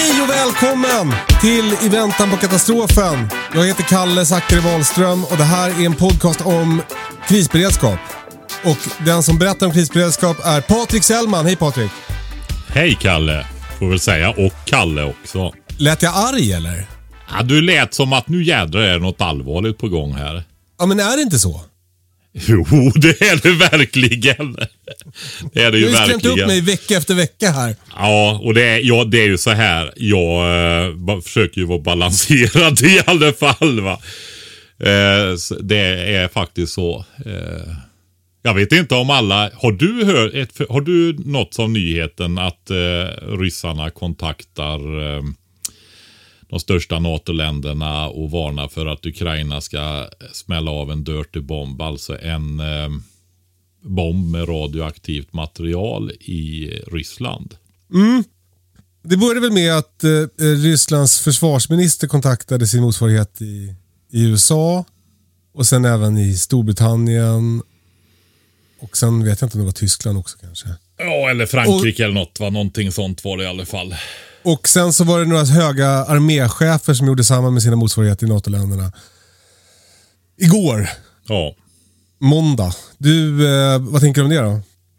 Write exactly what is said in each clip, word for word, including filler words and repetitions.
Hej och välkommen till I väntan på katastrofen. Jag heter Kalle Zackari Wahlström och det här är en podcast om krisberedskap. Och den som berättar om krisberedskap är Patrik Sellman. Hej Patrik. Hej Kalle, får väl säga, och Kalle också. Lät jag arg eller? Ja, du lät som att nu jädrar är något allvarligt på gång här. Ja, men är det inte så? Jo, det är det verkligen. Det är det ju verkligen. Du har ju skrämt upp mig vecka efter vecka här. Ja, och det är, ja, det är ju så här. Jag eh, försöker ju vara balanserad i alla fall, va. Eh, det är faktiskt så. Eh, jag vet inte om alla... Har du hört ett, har du något som nyheten att eh, ryssarna kontaktar... Eh, de största NATO-länderna och varnar för att Ukraina ska smälla av en dirty bomb, alltså en eh, bomb med radioaktivt material i Ryssland. Mm. Det började väl med att eh, Rysslands försvarsminister kontaktade sin motsvarighet i, i U S A och sen även i Storbritannien och sen vet jag inte om det var Tyskland också kanske. Ja, eller Frankrike och, eller något, va? Någonting sånt var det i alla fall. Och sen så var det några höga arméchefer som gjorde samma med sina motsvarigheter i NATO-länderna. Igår. Ja. Måndag. Du, eh, vad tänker du om det då?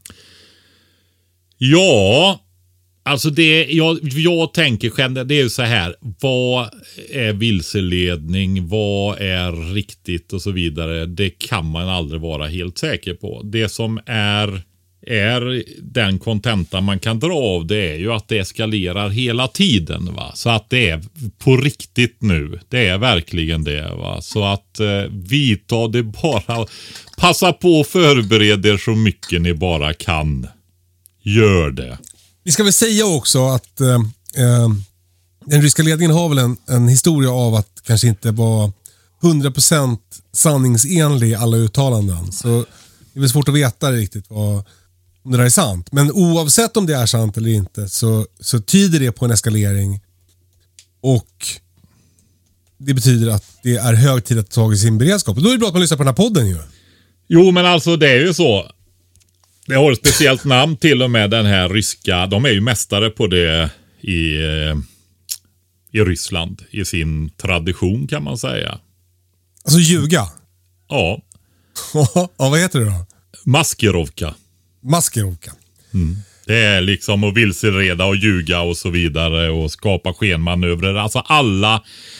Ja, alltså det jag, jag tänker själv, det är ju så här. Vad är vilseledning? Vad är riktigt och så vidare? Det kan man aldrig vara helt säker på. Det som är... är den kontenta man kan dra av, det är ju att det eskalerar hela tiden, va. Så att det är på riktigt nu. Det är verkligen det, va. Så att eh, vi tar det bara, passa på och förbereda er så mycket ni bara kan. Gör det. Vi ska väl säga också att eh, eh, den ryska ledningen har väl en, en historia av att kanske inte vara hundra procent sanningsenlig i alla uttalanden. Så det är väl svårt att veta riktigt vad om det där är sant. Men oavsett om det är sant eller inte så, så tyder det på en eskalering. Och det betyder att det är hög tid att ta tag i sin beredskap. Och då är det bra att man lyssnar på den här podden ju. Jo, men alltså det är ju så. Det har ett speciellt namn till och med, den här ryska. De är ju mästare på det i, i Ryssland. I sin tradition kan man säga. Alltså ljuga? Ja. Ja, vad heter det då? Maskerovka. Maskerovka. Mm. Det är liksom att vilseleda och ljuga och så vidare och skapa skenmanövrer. Alltså alla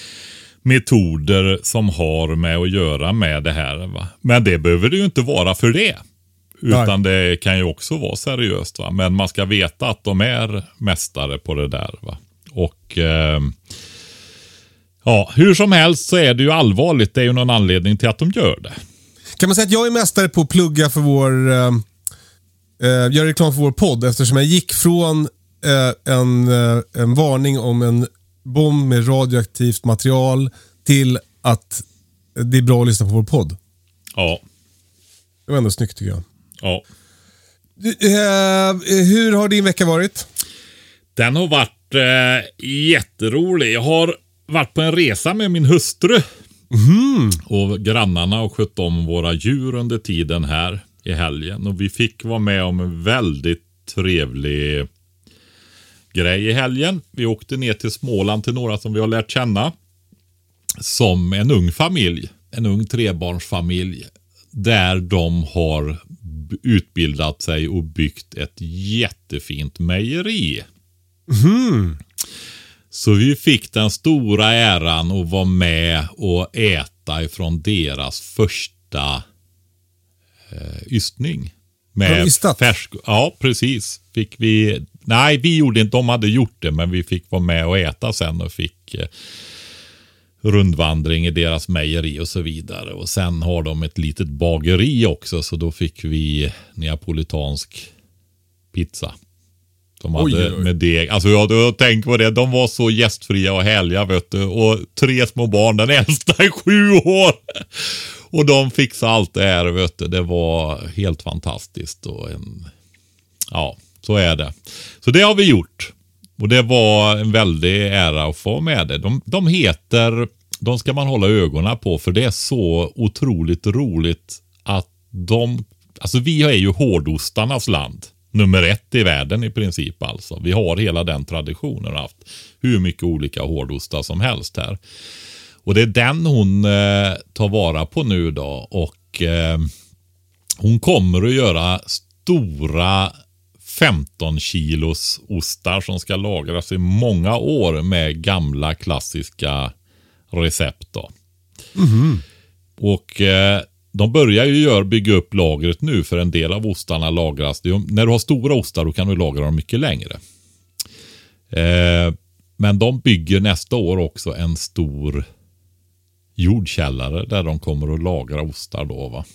metoder som har med att göra med det här, va? Men det behöver det ju inte vara för det. Utan Nej. Det kan ju också vara seriöst, va? Men man ska veta att de är mästare på det där, va? Och eh, ja, hur som helst så är det ju allvarligt. Det är ju någon anledning till att de gör det. Kan man säga att jag är mästare på att plugga för vår... Eh... Uh, gör reklam för vår podd eftersom jag gick från uh, en, uh, en varning om en bomb med radioaktivt material till att det är bra att lyssna på vår podd. Ja. Det var ändå snyggt tycker jag. Ja. Uh, hur har din vecka varit? Den har varit uh, jätterolig. Jag har varit på en resa med min hustru. Mm. Och grannarna och skött om våra djur under tiden här i helgen. Och vi fick vara med om en väldigt trevlig grej i helgen. Vi åkte ner till Småland till några som vi har lärt känna. Som en ung familj. En ung trebarnsfamilj. Där de har utbildat sig och byggt ett jättefint mejeri. Mm. Så vi fick den stora äran att vara med och äta ifrån deras första eh, ystning. Med färsk. Ja, precis. Fick vi, nej, vi gjorde inte, de hade gjort det, men vi fick vara med och äta sen och fick eh, rundvandring i deras mejeri och så vidare. Och sen har de ett litet bageri också, så då fick vi neapolitansk pizza. De hade oj, oj. Med deg. Alltså jag, jag tänker på det. De var så gästfria och härliga, vet du. Och tre små barn. Den äldsta är sju år. Och de fixade allt det här, vet du. Det var helt fantastiskt. Och en... Ja, så är det. Så det har vi gjort. Och det var en väldig ära att få med det. De, de heter... De ska man hålla ögonen på. För det är så otroligt roligt att de... Alltså vi är ju hårdostarnas land. nummer ett i världen i princip alltså. Vi har hela den traditionen och haft hur mycket olika hårdostar som helst här. Och det är den hon eh, tar vara på nu då. Och eh, hon kommer att göra stora femton kilos ostar som ska lagras i många år med gamla klassiska recept då. Mm. Och eh, de börjar ju göra, bygga upp lagret nu, för en del av ostarna lagras. Det, när du har stora ostar då kan du lagra dem mycket längre. Eh, men de bygger nästa år också en stor jordkällare där de kommer att lagra ostar då, va.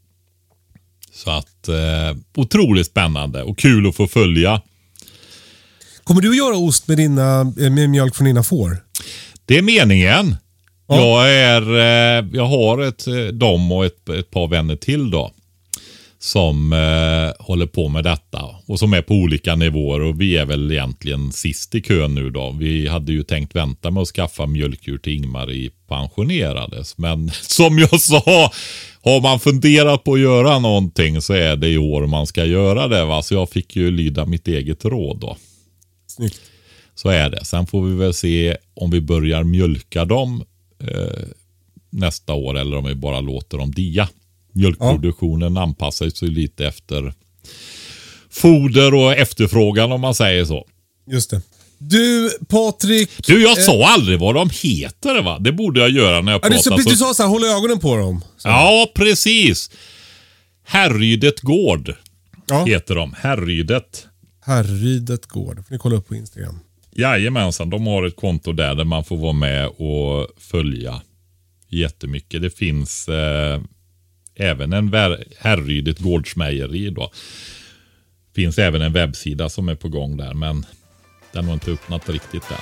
Så att eh, otroligt spännande och kul att få följa. Kommer du att göra ost med, dina, med mjölk från dina får? Det är meningen. Ja. Jag, är, eh, jag har ett, dem och ett, ett par vänner till då som eh, håller på med detta och som är på olika nivåer, och vi är väl egentligen sist i kön nu då. Vi hade ju tänkt vänta med att skaffa mjölkdjur till Ingmarie pensionerades, men som jag sa, har man funderat på att göra någonting så är det i år man ska göra det, va? Så jag fick ju lyda mitt eget råd då. Snyggt. Så är det. Sen får vi väl se om vi börjar mjölka dem eh, nästa år eller om vi bara låter dem dia. Mjölkproduktionen ja. anpassar sig lite efter foder och efterfrågan, om man säger så. Just det. Du, Patrik... Du, jag sa eh, aldrig vad de heter, va? Det borde jag göra när jag ja, pratar. Du, så... du sa så här, håll ögonen på dem. Så. Ja, precis. Härrydet gård ja. heter de. Härrydet. Härrydet gård. Får ni kolla upp på Instagram. Jajamensan, de har ett konto där, där man får vara med och följa jättemycket. Det finns eh, även en Härrydet gårdsmejeri då. Finns även en webbsida som är på gång där, men den har inte öppnat riktigt där.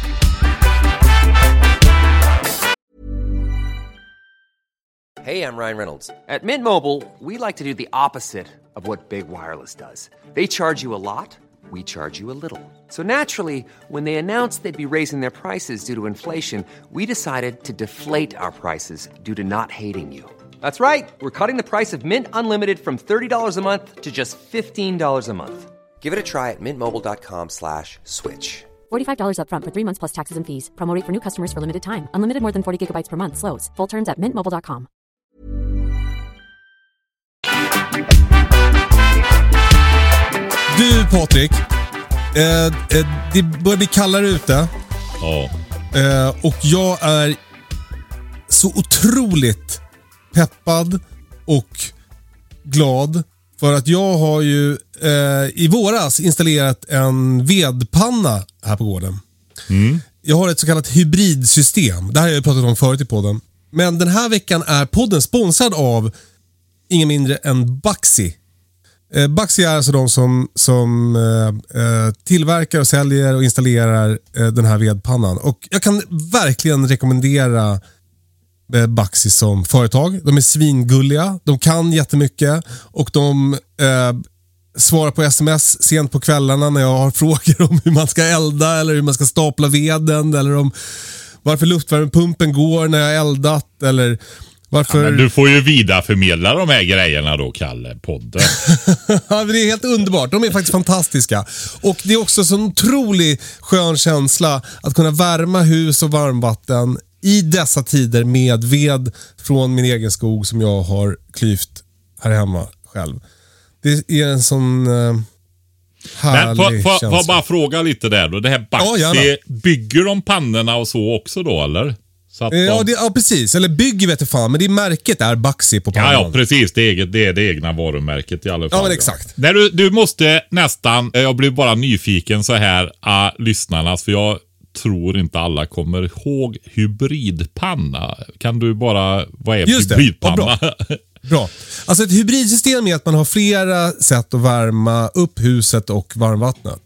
Hey, I'm Ryan Reynolds. At Mint Mobile, we like to do the opposite of what Big Wireless does. They charge you a lot, we charge you a little. So naturally, when they announced they'd be raising their prices due to inflation, we decided to deflate our prices due to not hating you. That's right. We're cutting the price of Mint Unlimited from thirty dollars a month to just fifteen dollars a month. Give it a try at mintmobile.com slash switch. forty-five dollars up front for three months plus taxes and fees. Promo rate for new customers for limited time. Unlimited more than forty gigabytes per month. Slows full terms at mint mobile dot com. Du, Patrik. Eh, eh, det börjar bli kallare ute. Ja. Eh, och jag är så otroligt peppad och glad för att jag har ju eh, i våras installerat en vedpanna här på gården. Mm. Jag har ett så kallat hybridsystem. Det här har jag pratat om förut i podden. Men den här veckan är podden sponsrad av ingen mindre än Baxi. Eh, Baxi är alltså de som, som eh, eh, tillverkar och säljer och installerar eh, den här vedpannan. Och jag kan verkligen rekommendera eh, Baxi som företag. De är svingulliga, de kan jättemycket och de eh, svarar på sms sent på kvällarna när jag har frågor om hur man ska elda eller hur man ska stapla veden eller om varför luftvärmepumpen går när jag eldat eller varför... Ja, men du får ju vidareförmedla de här grejerna då, Kalle, podden. Ja, det är helt underbart. De är faktiskt fantastiska. Och det är också en sån otrolig skön känsla att kunna värma hus och varmvatten i dessa tider med ved från min egen skog som jag har klyvt här hemma själv. Det är en sån uh, härlig Men får känsla. jag bara fråga lite där då. Det här Baxi, ja, bygger de pannorna och så också då, eller? Så att de... ja, det, ja, precis. Eller bygger vet jag fan. Men det märket är Baxi på pannan. Ja, ja, precis. Det är, eget, det är det egna varumärket i alla fall. Ja, men exakt. Ja. Du, du måste nästan, jag blir bara nyfiken så här, uh, lyssnarnas, för jag tror inte alla kommer ihåg hybridpanna. Kan du bara, vad är Just hybridpanna? Det. Ja, bra. Bra. Alltså ett hybridsystem är att man har flera sätt att värma upp huset och varmvattnet.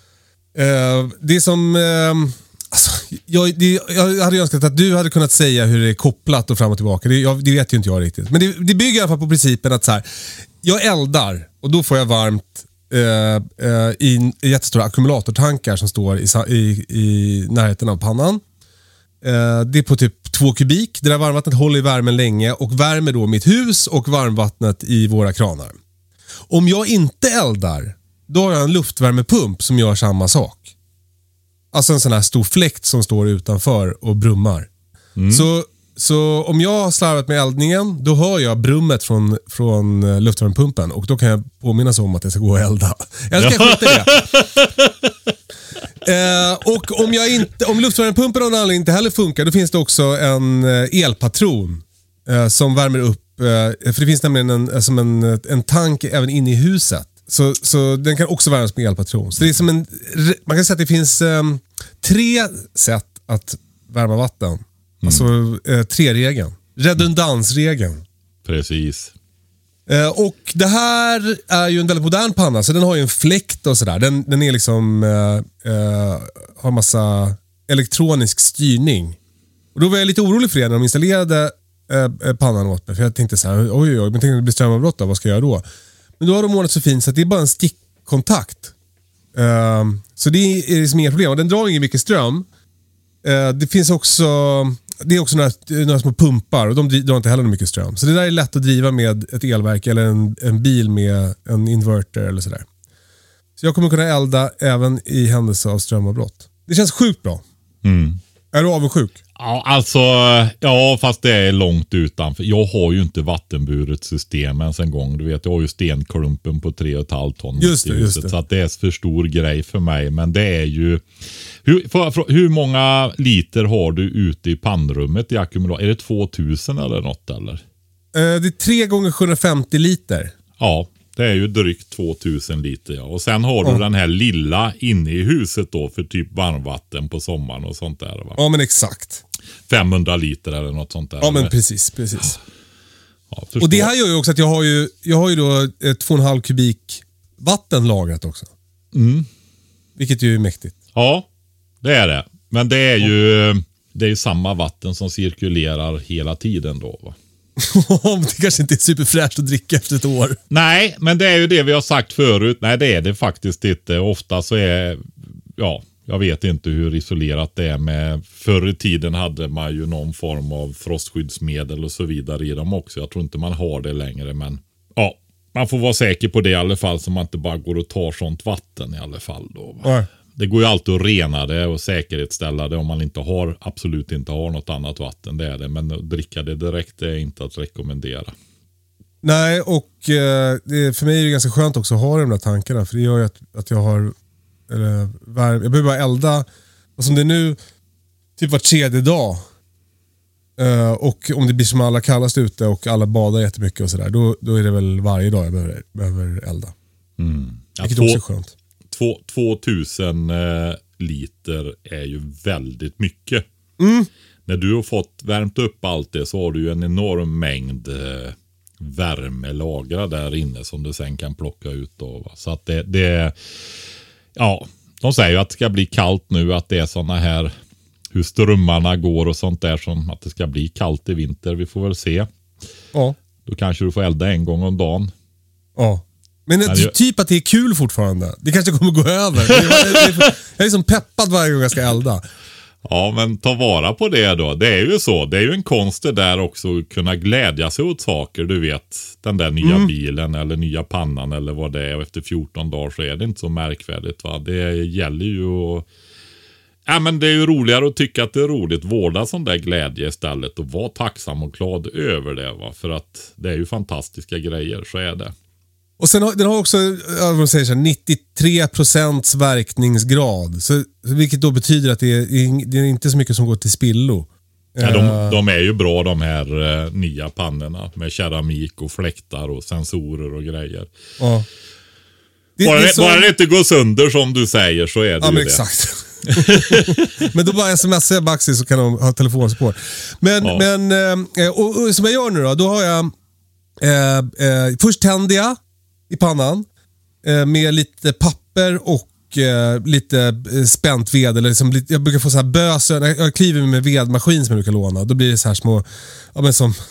Uh, det är som... Uh, alltså, jag, det, jag hade önskat att du hade kunnat säga hur det är kopplat och fram och tillbaka. Det, jag, det vet ju inte jag riktigt. Men det, det bygger i alla fall på principen att så här, jag eldar och då får jag varmt uh, uh, i jättestora ackumulatortankar som står i, i, i närheten av pannan. Uh, det är på typ två kubik. Det där varmvattnet håller i värmen länge och värmer då mitt hus och varmvattnet i våra kranar. Om jag inte eldar då har jag en luftvärmepump som gör samma sak. Alltså en sån här stor fläkt som står utanför och brummar. Mm. Så, så om jag har slarvat med eldningen, då hör jag brummet från, från luftvärmepumpen. Och då kan jag påminnas om att jag ska gå och elda. Eller ska jag skita i det? eh, och om, jag inte, om luftvärmepumpen av någon anledning inte heller funkar, då finns det också en elpatron eh, som värmer upp. Eh, för det finns nämligen en, som en, en tank även inne i huset. Så, så den kan också värmas med elpatron. Så det är som en, man kan säga att det finns um, tre sätt att värma vatten. Mm. Alltså uh, tre-regeln. Redundansregeln. Precis. Uh, och det här är ju en väldigt modern panna. Så den har ju en fläkt och sådär. Den, den är liksom uh, uh, har massa elektronisk styrning. Och då var jag lite orolig för det när de installerade uh, pannan åt mig. För jag tänkte så här, oj oj oj, men tänkte det blir strömavbrott då, vad ska jag göra då? Men då har de ordnat så fint så att det är bara en stickkontakt. Uh, så det är liksom inga problem. Och den drar ingen mycket ström. Uh, det finns också det är också några, några små pumpar och de drar inte heller mycket ström. Så det där är lätt att driva med ett elverk eller en, en bil med en inverter eller sådär. Så jag kommer kunna elda även i händelse av strömavbrott. Det känns sjukt bra. Mm. Är du avundsjuk? Ja, alltså, ja, fast det är långt utanför. Jag har ju inte vattenburet system ens en gång. Du vet, jag har ju stenklumpen på tre och ett halvt ton. Just det, just det. Så att det är för stor grej för mig. Men det är ju... Hur, för, hur många liter har du ute i pannrummet i ackumulator? Är det tvåtusen eller något eller? Eh, det är tre gånger sjuhundrafemtio liter. Ja, det är ju drygt tvåtusen liter. Ja. Och sen har du oh. den här lilla inne i huset då för typ varmvatten på sommaren och sånt där. Va? Ja, men exakt. femhundra liter eller något sånt där. Ja, men precis, precis. Ja, och det här gör ju också att jag har ju, jag har ju då ett två och en halv kubik vatten lagrat också. Mm. Vilket ju är mäktigt. Ja, det är det. Men det är ju det är ju samma vatten som cirkulerar hela tiden då, va? Det kanske inte är superfräscht att dricka efter ett år. Nej, men det är ju det vi har sagt förut. Nej, det är det faktiskt inte. Ofta så är, ja, jag vet inte hur isolerat det är med. Förr i tiden hade man ju någon form av frostskyddsmedel och så vidare i dem också. Jag tror inte man har det längre, men ja, man får vara säker på det i alla fall så man inte bara går och tar sånt vatten i alla fall då. Va? Det går ju alltid att rena det och säkerhetsställa det om man inte har, absolut inte har något annat vatten, det är det. Men att dricka det direkt är inte att rekommendera. Nej, och eh, det, för mig är det ganska skönt också att ha de där tankarna. För det gör ju att, att jag har, eller, jag behöver bara elda, och som det är nu, typ var tredje dag. Eh, och om det blir som alla kallast ute och alla badar jättemycket och sådär, då, då är det väl varje dag jag behöver, behöver elda. Mm. Ja, vilket två, också är skönt. Två, tvåtusen eh, liter är ju väldigt mycket. Mm. När du har fått värmt upp allt det så har du ju en enorm mängd eh, värme lagrad där inne som du sen kan plocka ut då, va? Så att det, det ja, de säger ju att det ska bli kallt nu, att det är såna här hur strömmarna går och sånt där, som att det ska bli kallt i vinter. Vi får väl se. Ja. Då kanske du får elda en gång om dagen. Ja. Men Men jag... typ att det är kul fortfarande. Det kanske kommer gå över. Jag är liksom peppad varje gång jag ska elda. Ja, men ta vara på det då. Det är ju så. Det är ju en konst det där också, att kunna glädja sig åt saker. Du vet, den där nya mm. bilen eller nya pannan eller vad det är. Och efter fjorton dagar så är det inte så märkvärdigt, va? Det gäller ju att... Ja, men det är ju roligare att tycka att det är roligt. Vårda sån där glädje istället och vara tacksam och glad över det, va? För att det är ju fantastiska grejer, så är det. Och sen har den har också, vad säger så här, nittiotre procent verkningsgrad. Så, vilket då betyder att det är, det är inte så mycket som går till spillo. Ja, de, de är ju bra, de här uh, nya pannorna med keramik och fläktar och sensorer och grejer. Ja. Det, bara, det, det, så... bara det inte går sönder som du säger, så är det ja, ju men det. Exakt. Men då bara smsar jag Baxi så kan de ha telefonspår. Men, ja. men eh, och, och, som jag gör nu då, då har jag eh, eh, först tänder jag i pannan eh, med lite papper och eh, lite eh, spänt ved, eller liksom, jag brukar få så här bösor, jag kliver med vedmaskin som jag brukar låna, då blir det så här små, ja, men som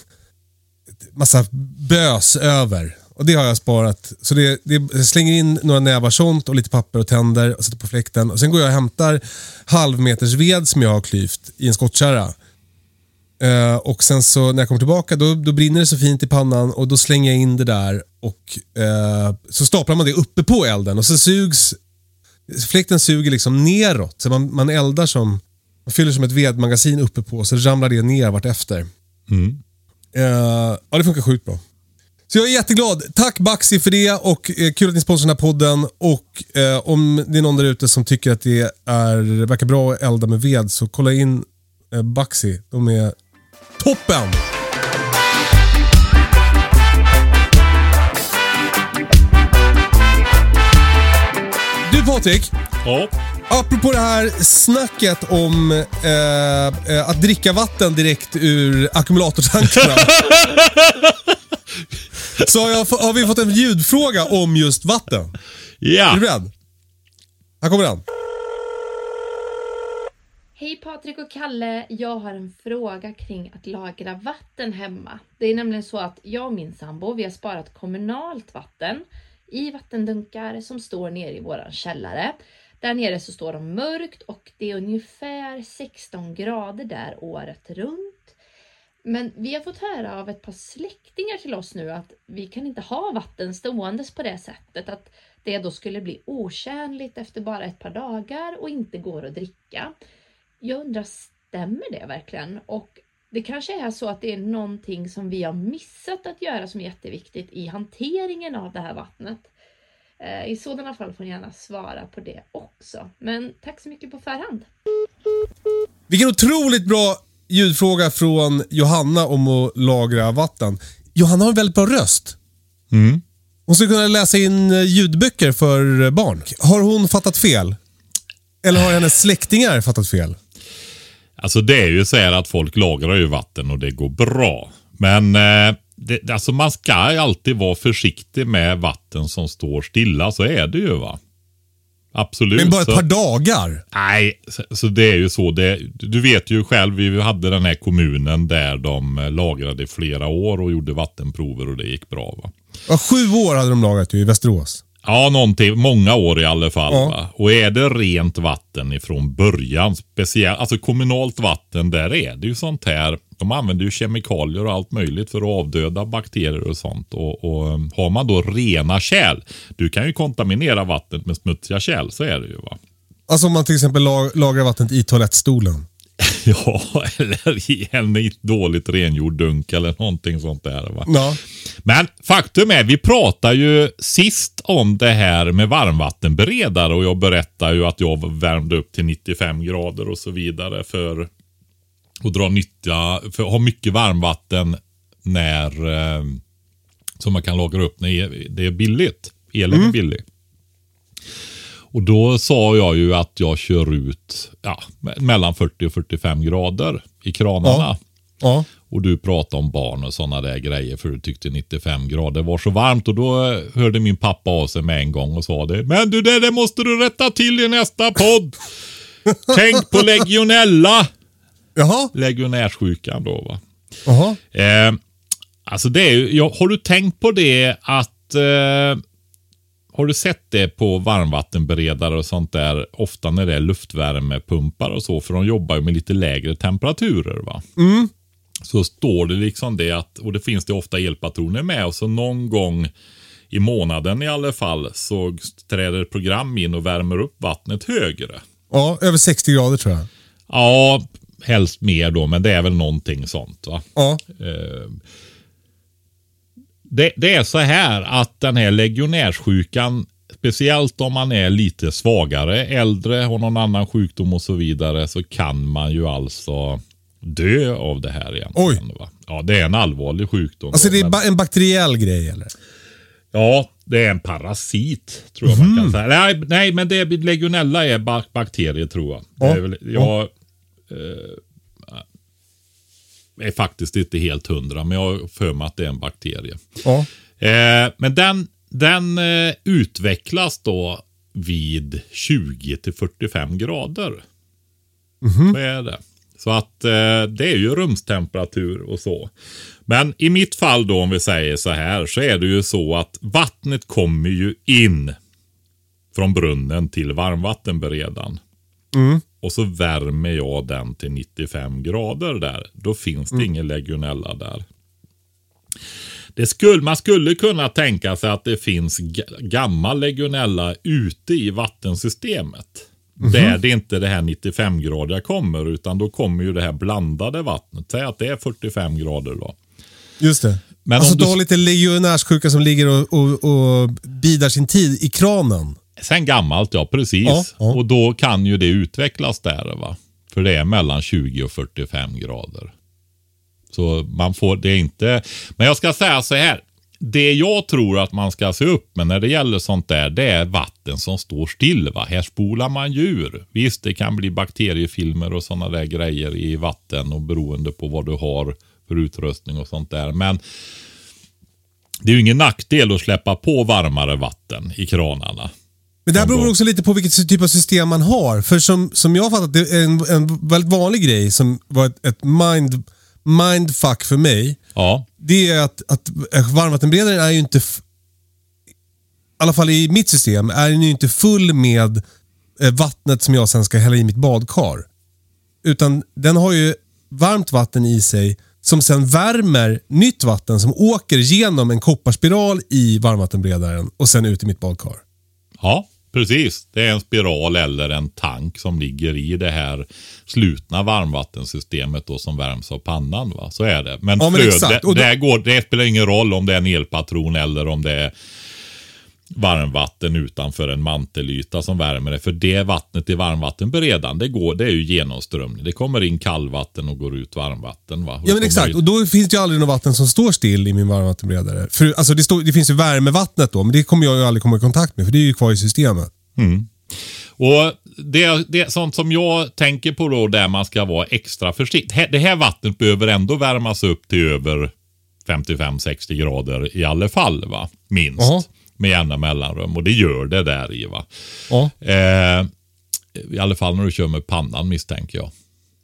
massa bös över, och det har jag sparat. Så det, det jag slänger in några nävar sånt och lite papper och tänder och sätter på fläkten, och sen går jag och hämtar halvmeters ved som jag har klyvt i en skottkärra. Eh, och sen så när jag kommer tillbaka då, då brinner det så fint i pannan och då slänger jag in det där och eh, så staplar man det uppe på elden och så sugs fläkten suger liksom neråt så man, man eldar som man fyller som ett vedmagasin uppe på så ramlar det ner vart efter. Mm. Eh, ja, det funkar sjukt bra. Så jag är jätteglad. Tack Baxi för det och eh, kul att ni sponsrar den här podden och eh, om det är någon där ute som tycker att det är, verkar bra att elda med ved så kolla in eh, Baxi. De är toppen! Du Patrik, Ja. apropå det här snacket om eh, eh, att dricka vatten direkt ur ackumulatortankarna så har, jag, har vi fått en ljudfråga om just vatten. Ja. Är du beredd? Här kommer den. Hej Patrik och Kalle, jag har en fråga kring att lagra vatten hemma. Det är nämligen så att jag och min sambo, vi har sparat kommunalt vatten i vattendunkar som står nere i våran källare. Där nere så står de mörkt och det är ungefär sexton grader där året runt. Men vi har fått höra av ett par släktingar till oss nu att vi kan inte ha vatten ståendes på det sättet. Att det då skulle bli otjänligt efter bara ett par dagar och inte går att dricka. Jag undrar, stämmer det verkligen? Och det kanske är så att det är någonting som vi har missat att göra som är jätteviktigt i hanteringen av det här vattnet. I sådana fall får ni gärna svara på det också. Men tack så mycket på förhand. Vilken otroligt bra ljudfråga från Johanna om att lagra vatten. Johanna har en väldigt bra röst. Mm. Hon skulle kunna läsa in ljudböcker för barn. Har hon fattat fel? Eller har hennes släktingar fattat fel? Alltså det är ju så här att folk lagrar ju vatten och det går bra. Men eh, det, alltså man ska alltid vara försiktig med vatten som står stilla, så är det ju va. Absolut. Men bara ett så, par dagar? Nej, så, så det är ju så. Det, du vet ju själv, vi hade den här kommunen där de lagrade flera år och gjorde vattenprover och det gick bra va. Ja, sju år hade de lagrat ju i Västerås. Ja, någonting, många år i alla fall. Ja. Va? Och är det rent vatten ifrån början, speciellt, alltså kommunalt vatten, där är det ju sånt här. De använder ju kemikalier och allt möjligt för att avdöda bakterier och sånt. Och, och har man då rena kärl, du kan ju kontaminera vattnet med smutsiga kärl, så är det ju va. Alltså om man till exempel lag- lagrar vattnet i toalettstolen. Ja, eller i en dåligt rengjord dunk eller någonting sånt där va. Ja. Men faktum är, vi pratar ju sist om det här med varmvattenberedare och jag berättar ju att jag värmde upp till nittiofem grader och så vidare för att dra nytta, för att ha mycket varmvatten när eh, som man kan lagra upp när det är billigt. Elen mm. är billig. Och då sa jag ju att jag kör ut ja, mellan fyrtio och fyrtiofem grader i kranarna. Ja. Ja. Och du pratade om barn och sådana där grejer för du tyckte nittiofem grader var så varmt. Och då hörde min pappa av sig med en gång och sa det. Men du, det, det måste du rätta till i nästa podd. Tänk på legionella. Jaha. Legionärssjukan då va. Jaha. Eh, alltså det är ju, ja, har du tänkt på det att... Eh, Har du sett det på varmvattenberedare och sånt där ofta när det är luftvärmepumpar och så, för de jobbar ju med lite lägre temperaturer va? Mm. Så står det liksom det att, och det finns det ofta elpatroner med och så någon gång i månaden i alla fall så träder ett program in och värmer upp vattnet högre. Ja, över sextio grader tror jag. Ja, helst mer då, men det är väl någonting sånt va? Ja. Eh, Det, det är så här att den här legionärssjukan, speciellt om man är lite svagare, äldre, har någon annan sjukdom och så vidare, så kan man ju alltså dö av det här egentligen. Va? Ja, det är en allvarlig sjukdom. Alltså då, det är men... ba- en bakteriell grej eller? Ja, det är en parasit tror jag mm. man kan säga. Nej, nej, men det är, legionella är bak- bakterier tror jag. Ja. Det är väl, jag eh, är faktiskt inte helt hundra, men jag har för mig att det är en bakterie. Ja. Eh, men den, den eh, utvecklas då vid tjugo till fyrtiofem grader. Mm-hmm. Så är det. Så att eh, det är ju rumstemperatur och så. Men i mitt fall då, om vi säger så här, så är det ju så att vattnet kommer ju in från brunnen till varmvattenberedaren. Mm. Och så värmer jag den till nittiofem grader där. Då finns det mm. ingen legionella där. Det skulle, man skulle kunna tänka sig att det finns g- gammal legionella ute i vattensystemet. Mm-hmm. Där det inte det här nittiofem-gradiga kommer, utan då kommer ju det här blandade vattnet. Säg att det är fyrtiofem grader då. Just det. Men alltså du har lite legionärssjuka som ligger och, och, och bidar sin tid i kranen. Sen gammalt, ja precis. Ja, ja. Och då kan ju det utvecklas där, va. För det är mellan tjugo och fyrtiofem grader. Så man får det inte. Men jag ska säga så här. Det jag tror att man ska se upp med när det gäller sånt där, det är vatten som står still, va. Här spolar man djur. Visst, det kan bli bakteriefilmer och sådana där grejer i vatten, och beroende på vad du har för utrustning och sånt där. Men det är ju ingen nackdel att släppa på varmare vatten i kranarna. Men det här beror också lite på vilket typ av system man har. För som, som jag har fattat, det är en, en väldigt vanlig grej som var ett, ett mind, mindfuck för mig. Ja. Det är att, att varmvattenberedaren är ju inte, f- i alla fall i mitt system, är den ju inte full med eh, vattnet som jag sen ska hälla i mitt badkar. Utan den har ju varmt vatten i sig som sen värmer nytt vatten som åker genom en kopparspiral i varmvattenberedaren och sen ut i mitt badkar. Ja, precis. Det är en spiral eller en tank som ligger i det här slutna varmvattensystemet då, som värms av pannan, va? Så är det. Men, ja, men flöd, exakt. det, det, går, det spelar ingen roll om det är en elpatron eller om det är varmvatten utanför en mantelyta som värmer det. För det vattnet i varmvattenberedaren, det går, det är ju genomströmning. Det kommer in kallvatten och går ut varmvatten, va? Och ja, men exakt. Ut... Och då finns det ju aldrig något vatten som står still i min varmvattenberedare. För, alltså det, står, det finns ju värmevattnet då, men det kommer jag ju aldrig komma i kontakt med, för det är ju kvar i systemet. Mm. Och det, det är sånt som jag tänker på då, där man ska vara extra försiktig. Det här vattnet behöver ändå värmas upp till över femtiofem till sextio grader i alla fall, va? Minst. Uh-huh. Med jämna mellanrum. Och det gör det där i, va? Ja. Eh, I alla fall när du kör med pannan, misstänker jag.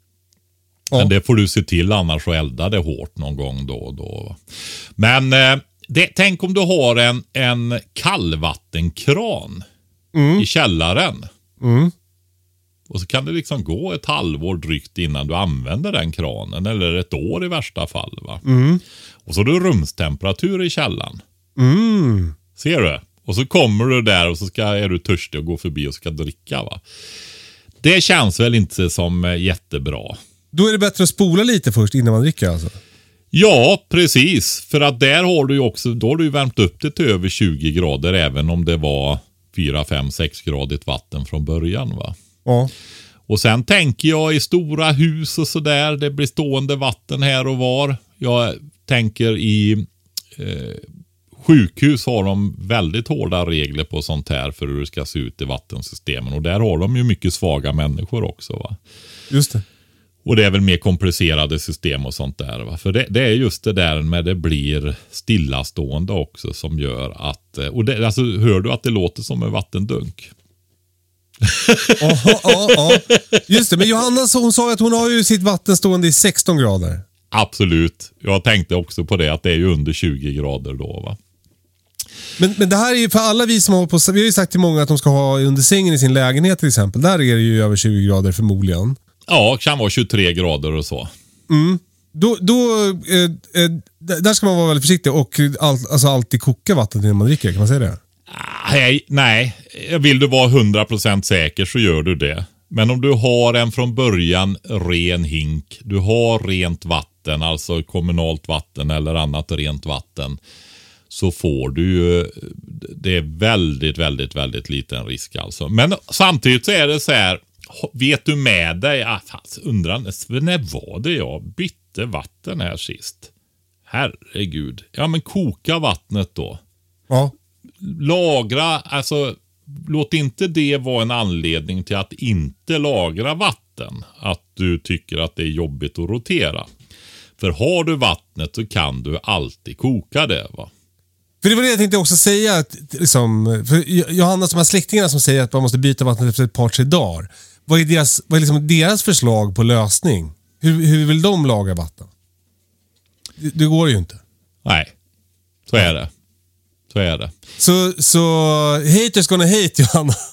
Ja. Men det får du se till, annars så eldar det hårt någon gång då och då, va? Men eh, det, tänk om du har en, en kallvattenkran mm. i källaren. Mm. Och så kan det liksom gå ett halvår drygt innan du använder den kranen. Eller ett år i värsta fall, va? Mm. Och så har du rumstemperatur i källaren. Mm. Ser du? Och så kommer du där och så ska, är du törstig och gå förbi och ska dricka, va? Det känns väl inte som jättebra. Då är det bättre att spola lite först innan man dricker, alltså? Ja, precis. För att där har du ju också, då har du ju värmt upp det till över tjugo grader, även om det var fyra, fem, sex gradigt vatten från början, va? Ja. Och sen tänker jag i stora hus och sådär, det blir stående vatten här och var. Jag tänker i eh, sjukhus har de väldigt hårda regler på sånt här för hur det ska se ut i vattensystemen. Och där har de ju mycket svaga människor också, va? Just det. Och det är väl mer komplicerade system och sånt där, va? För det, det är just det där med det blir stillastående också som gör att... Och det, alltså, hör du att det låter som en vattendunk? Ja, ja, ja. Just det, men Johanna så hon sa att hon har ju sitt vatten stående i sexton grader. Absolut. Jag tänkte också på det, att det är ju under tjugo grader då, va? Men, men det här är ju för alla vi som har på, vi har ju sagt till många att de ska ha under sängen i sin lägenhet till exempel. Där är det ju över tjugo grader förmodligen. Ja, kan vara tjugotre grader och så. Mm. Då, då eh, eh, där ska man vara väldigt försiktig och all, alltså alltid koka vatten när man dricker, kan man säga det? Nej, nej. Vill du vara hundra procent säker så gör du det. Men om du har en från början ren hink, du har rent vatten, alltså kommunalt vatten eller annat rent vatten, så får du ju, det är väldigt, väldigt, väldigt liten risk alltså. Men samtidigt så är det så här, vet du med dig, ah, fast, undrar, när var det jag bytte vatten här sist? Herregud. Ja, men koka vattnet då. Ja. Lagra, alltså låt inte det vara en anledning till att inte lagra vatten. Att du tycker att det är jobbigt att rotera. För har du vattnet så kan du alltid koka det, va? För det var det jag tänkte också säga. Att, liksom, för Johanna som har släktingarna som säger att man måste byta vattnet efter ett par, tre dagar. Vad är deras, vad är liksom deras förslag på lösning? Hur, hur vill de laga vatten? Det, det går ju inte. Nej, så är det. Så är det. Så, så haters gonna hate, Johanna.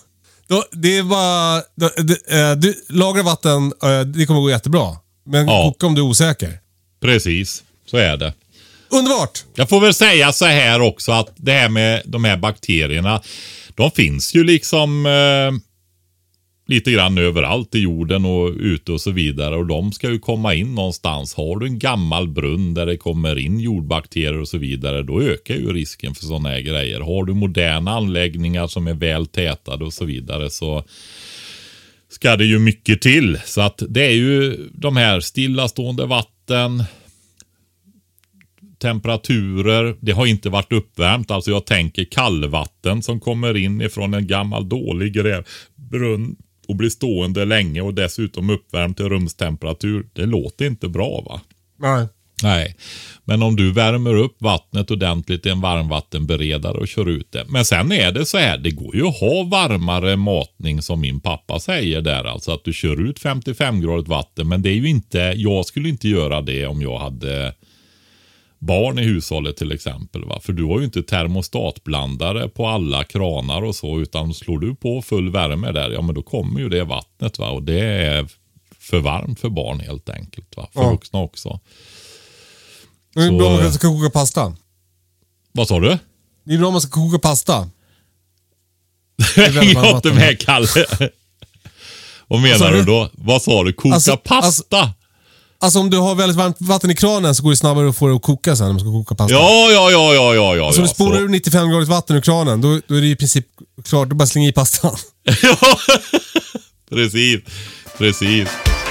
Då, det är bara... Då, det, äh, du, lagra vatten, äh, det kommer gå jättebra. Men Ja. koka om du är osäker. Precis, så är det. Underbart! Jag får väl säga så här också att det här med de här bakterierna, de finns ju liksom eh, lite grann överallt i jorden och ute och så vidare. Och de ska ju komma in någonstans. Har du en gammal brunn där det kommer in jordbakterier och så vidare, då ökar ju risken för sådana här grejer. Har du moderna anläggningar som är väl tätade och så vidare, så ska det ju mycket till. Så att det är ju de här stillastående vatten, temperaturer, det har inte varit uppvärmt. Alltså jag tänker kallvatten som kommer in ifrån en gammal dålig grävbrunn och blir stående länge och dessutom uppvärmt till rumstemperatur. Det låter inte bra, va? Nej. Nej, men om du värmer upp vattnet ordentligt i en varmvattenberedare och kör ut det. Men sen är det så här, det går ju att ha varmare matning som min pappa säger där. Alltså att du kör ut femtiofem gradigt vatten, men det är ju inte, jag skulle inte göra det om jag hade barn i hushållet till exempel, va? För du har ju inte termostatblandare på alla kranar och så, utan slår du på full värme där, ja men då kommer ju det vattnet, va? Och det är för varmt för barn helt enkelt, va? För ja. vuxna också. Det är Så, bra om man ska koka pasta. Vad sa du? Det är bra om man ska koka pasta. Jag inte med, Kalle. Vad menar du då? Vad sa du? Koka alltså, pasta? Alltså, alltså om du har väldigt varmt vatten i kranen så går det snabbare att få det att koka sen när man ska koka pasta. Ja, ja, ja, ja, ja, ja. Alltså om ja, du spolar ur nittiofem gradigt vatten ur kranen, då, då är det i princip klart. Du bara slänger i pastan. Ja, precis. Precis.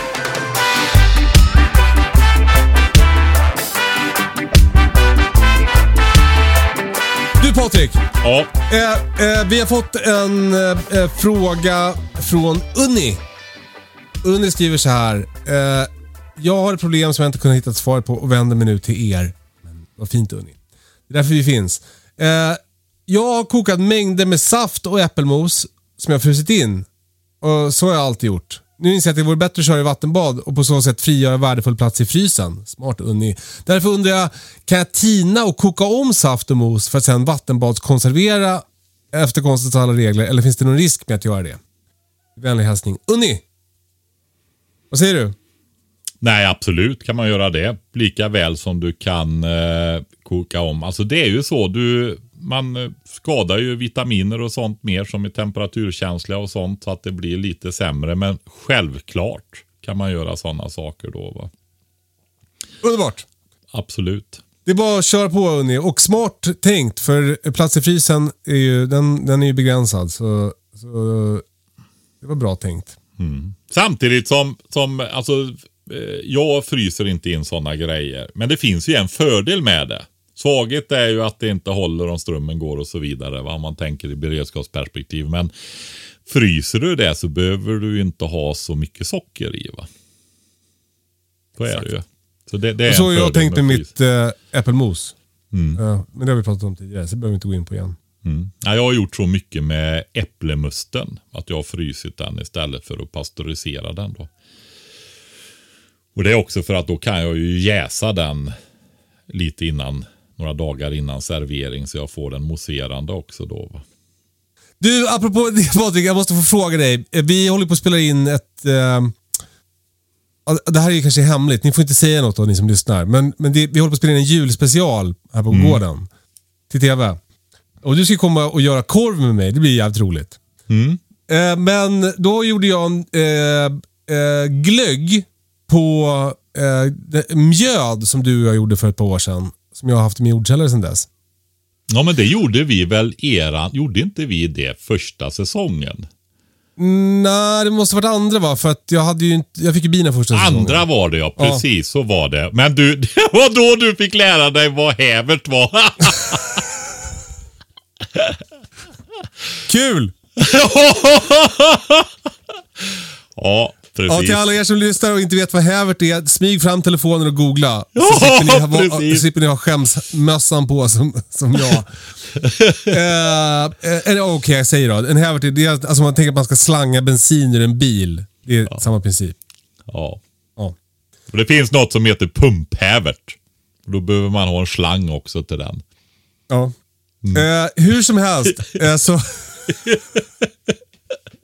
Du Patrik. Ja. Eh, eh, vi har fått en eh, fråga från Unni. Unni skriver så här. Eh, jag har ett problem som jag inte kunnat hitta ett svar på och vänder mig nu till er. Men vad fint, Unni. Det är därför vi finns. Eh, jag har kokat mängder med saft och äppelmos som jag har frusit in. Och så har jag alltid gjort. Nu inser jag att det vore bättre att köra i vattenbad och på så sätt frigöra värdefull plats i frysen. Smart, Unni. Därför undrar jag, kan jag tina och koka om saft och mos för att sedan vattenbadskonservera efter konstens alla regler? Eller finns det någon risk med att göra det? Vänlig hälsning, Unni. Vad säger du? Nej, absolut kan man göra det. Lika väl som du kan eh, koka om. Alltså det är ju så, du, man skadar ju vitaminer och sånt mer som är temperaturkänsliga och sånt, så att det blir lite sämre. Men självklart kan man göra sådana saker då, va? Underbart. Absolut. Det är bara att köra på, Unni. Och smart tänkt, för plats i frysen är ju, den, den är ju begränsad. Så, så det var bra tänkt. Mm. Samtidigt som, som alltså, jag fryser inte in sådana grejer. Men det finns ju en fördel med det. Svaghet är ju att det inte håller om strömmen går och så vidare, va? Om man tänker i beredskapsperspektiv. Men fryser du det så behöver du inte ha så mycket socker i, va? Så är det ju. Så det, det är så en jag tänkte med mitt äh, äppelmos. Mm. Ja, men det har vi pratat om tidigare, så det behöver vi inte gå in på igen. Mm. Ja, jag har gjort så mycket med äpplemusten att jag har frysit den istället för att pasteurisera den då. Och det är också för att då kan jag ju jäsa den lite innan, några dagar innan servering, så jag får den mousserande också då, va? Du, apropå det, Patrik, jag måste få fråga dig. Vi håller på att spela in ett... Eh, det här är kanske hemligt, ni får inte säga något då, ni som lyssnar. Men, men det, vi håller på att spela in en julspecial här på mm. gården. Till tv. Och du ska komma och göra korv med mig, det blir jävligt roligt. Mm. Eh, men då gjorde jag en eh, eh, glögg på eh, mjöd som du och jag gjorde för ett par år sedan. Som jag har haft i min jordkällare sedan dess. Ja, men det gjorde vi väl eran, gjorde inte vi det första säsongen? Mm, nej, det måste varit andra, va? För att jag hade ju inte, jag fick ju bina första säsongen. Andra var det, ja, precis, ja. Så var det. Men du, det var då du fick lära dig vad hävert var. Kul! Ja, precis. Ja, till alla er som lyssnar och inte vet vad hävert är, smyg fram telefonen och googla. Så Ja, slipper ni ha, precis. slipper ni ha skämsmössan på som, som jag. uh, uh, Okej, okay, jag säger då. En hävert är, det är, alltså man tänker att man ska slanga bensin ur en bil. Det är ja. samma princip. Ja. Ja. Och det finns något som heter pumphävert. Då behöver man ha en slang också till den. Ja. Mm. Uh, hur som helst, uh, så...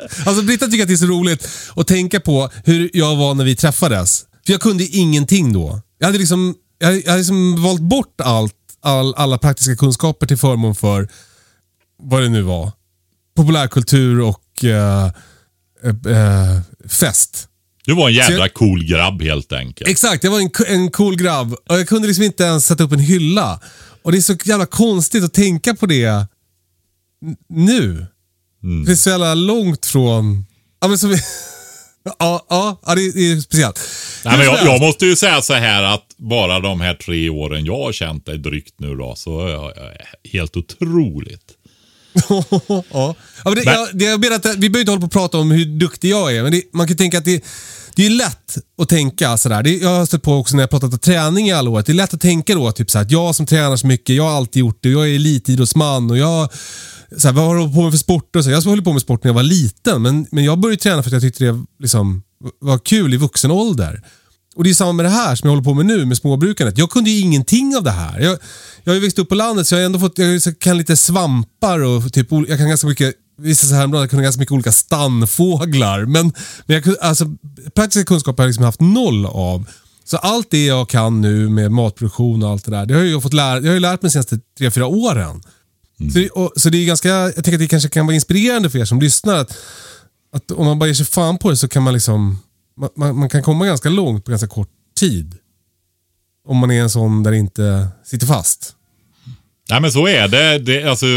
Alltså Britta tycker att det är så roligt att tänka på hur jag var när vi träffades. För jag kunde ingenting då. Jag hade liksom, jag hade, jag hade liksom valt bort allt, all, alla praktiska kunskaper till förmån för vad det nu var. Populärkultur och uh, uh, uh, fest. Du var en jävla jag, cool grabb helt enkelt. Exakt, jag var en, en cool grabb. Och jag kunde liksom inte ens sätta upp en hylla. Och det är så jävla konstigt att tänka på det n- nu. Mm. Det är så jävla långt från... Ja, men så vi... ja, ja, ja, det är, det är speciellt. Nej, men jag, jag måste ju säga så här att bara de här tre åren jag har känt dig drygt nu då, så är jag helt otroligt. ja. Ja, men det, men... Jag, det jag menar att vi behöver inte hålla på och prata om hur duktig jag är, men det, man kan tänka att det, det är lätt att tänka sådär. Det, jag har stött på också när jag pratat om träning i alla år. Det är lätt att tänka då typ så här, att jag som tränar så mycket, jag har alltid gjort det, jag är elitidrottsman och jag så här, vad har du på med för sport och så. Jag höll på med sport när jag var liten, men, men jag började träna för att jag tyckte det liksom var kul i vuxen ålder. Och det är samma med det här som jag håller på med nu med småbrukandet. Jag kunde ju ingenting av det här. Jag, jag har ju växt upp på landet så jag har ändå fått, jag kan lite svampar och typ, jag kan ganska mycket, vissa så här jag kan ganska mycket olika stannfåglar. Men, men jag, alltså, praktiska kunskaper har jag liksom haft noll av. Så allt det jag kan nu med matproduktion och allt det där, det har jag fått lära, jag har ju lärt mig de senaste tre, fyra åren. Mm. Så, det, och, så det är ganska, jag tänker att det kanske kan vara inspirerande för er som lyssnar att, att om man bara ger sig fan på det så kan man liksom Man, man kan komma ganska långt på ganska kort tid. Om man är en sån där det inte sitter fast. Nej, men så är det. det alltså,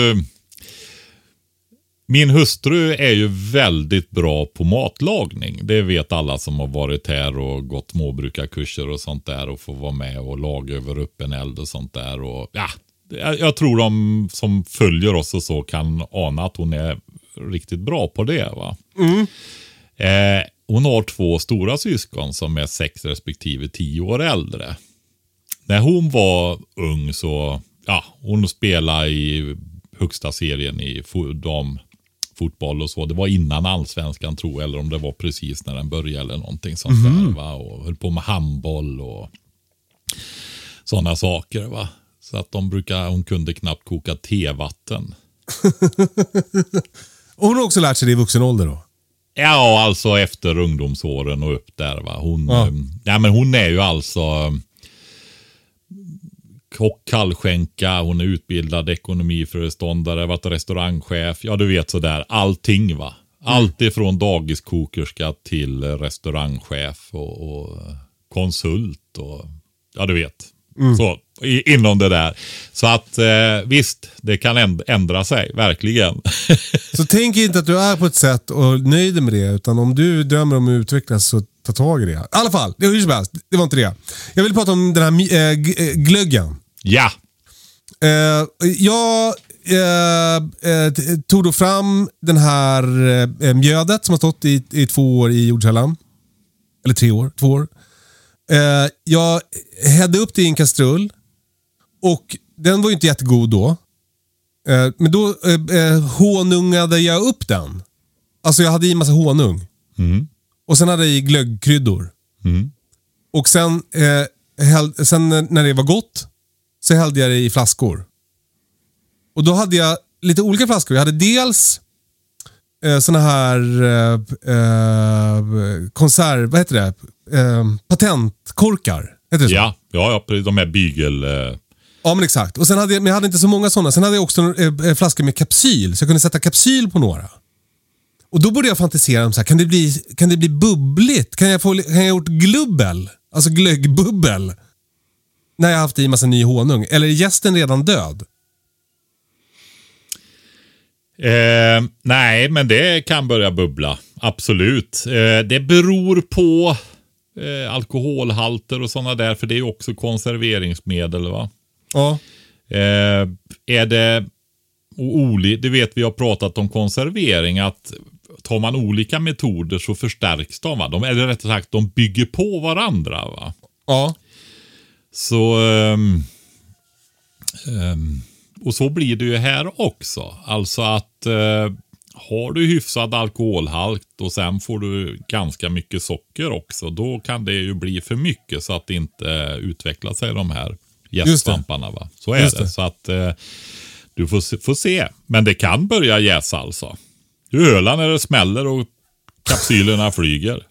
min hustru är ju väldigt bra på matlagning. Det vet alla som har varit här och gått småbrukarkurser och sånt där. Och får vara med och laga över upp en eld och sånt där. Och, ja, jag tror de som följer oss och så kan ana att hon är riktigt bra på det. Va? Mm. Eh, Hon har två stora syskon som är sex respektive tio år äldre. När hon var ung så, ja, hon spelade i högsta serien i damfotboll och så. Det var innan allsvenskan tror jag, eller om det var precis när den började eller någonting sånt mm. där, va. Och höll på med handboll och sådana saker, va. Så att de brukar, hon kunde knappt koka tevatten. Och hon har också lärt sig det i vuxen ålder då? Ja, alltså efter ungdomsåren och upp där, va. Hon, ja. ja, men hon är ju alltså kock, kallskänka, hon är utbildad ekonomiföreståndare, varit restaurangchef, ja du vet sådär, allting va. Allt ifrån dagiskokerska till restaurangchef och, och konsult och ja du vet. Mm. Så i, inom det där. Så att eh, visst, det kan ändra sig, verkligen. Så tänk inte att du är på ett sätt och nöjd med det, utan om du drömmer om att utvecklas så ta tag i det. I alla fall, det, hur som helst, det var inte det. Jag vill prata om den här äh, glöggen. Ja. Uh, jag uh, uh, tog då fram den här uh, mjödet som har stått i, i två år i jordkällan. Eller tre år, två år. Uh, jag hällde upp det i en kastrull. Och den var ju inte jättegod då. Uh, men då uh, uh, honungade jag upp den. Alltså jag hade i massa honung. Mm. Och sen hade jag i glöggkryddor. Mm. Och sen, uh, häll, sen när det var gott så hällde jag det i flaskor. Och då hade jag lite olika flaskor. Jag hade dels eh, såna här eh, eh, konserv, vad heter det? Eh, patentkorkar. Heter det så? Ja, ja, de här bygel... Eh... Ja, men exakt. Och sen hade jag, men jag hade inte så många sådana. Sen hade jag också en flaska med kapsyl. Så jag kunde sätta kapsyl på några. Och då började jag fantisera om så här, kan det bli, kan det bli bubbligt? Kan jag få, kan jag gjort glubbel? Alltså glöggbubbel? När jag har haft i massa ny honung. Eller är gästen redan död? Eh, nej, men det kan börja bubbla. Absolut. Eh, det beror på eh, alkoholhalter och sådana där. För det är ju också konserveringsmedel, va? Ja. Eh, är det oli- det vet vi har pratat om konservering. Att tar man olika metoder så förstärks de, va? De, eller rättare sagt, de bygger på varandra, va? Ja. Så um, um, och så blir det ju här också. Alltså att uh, har du hyfsad alkoholhalt och sen får du ganska mycket socker också, då kan det ju bli för mycket så att det inte utvecklar sig de här jästsvamparna, va? Så är det. det. Så att uh, du får se, får se. Men det kan börja jäsa alltså. Du hölar när det smäller och kapsylerna flyger.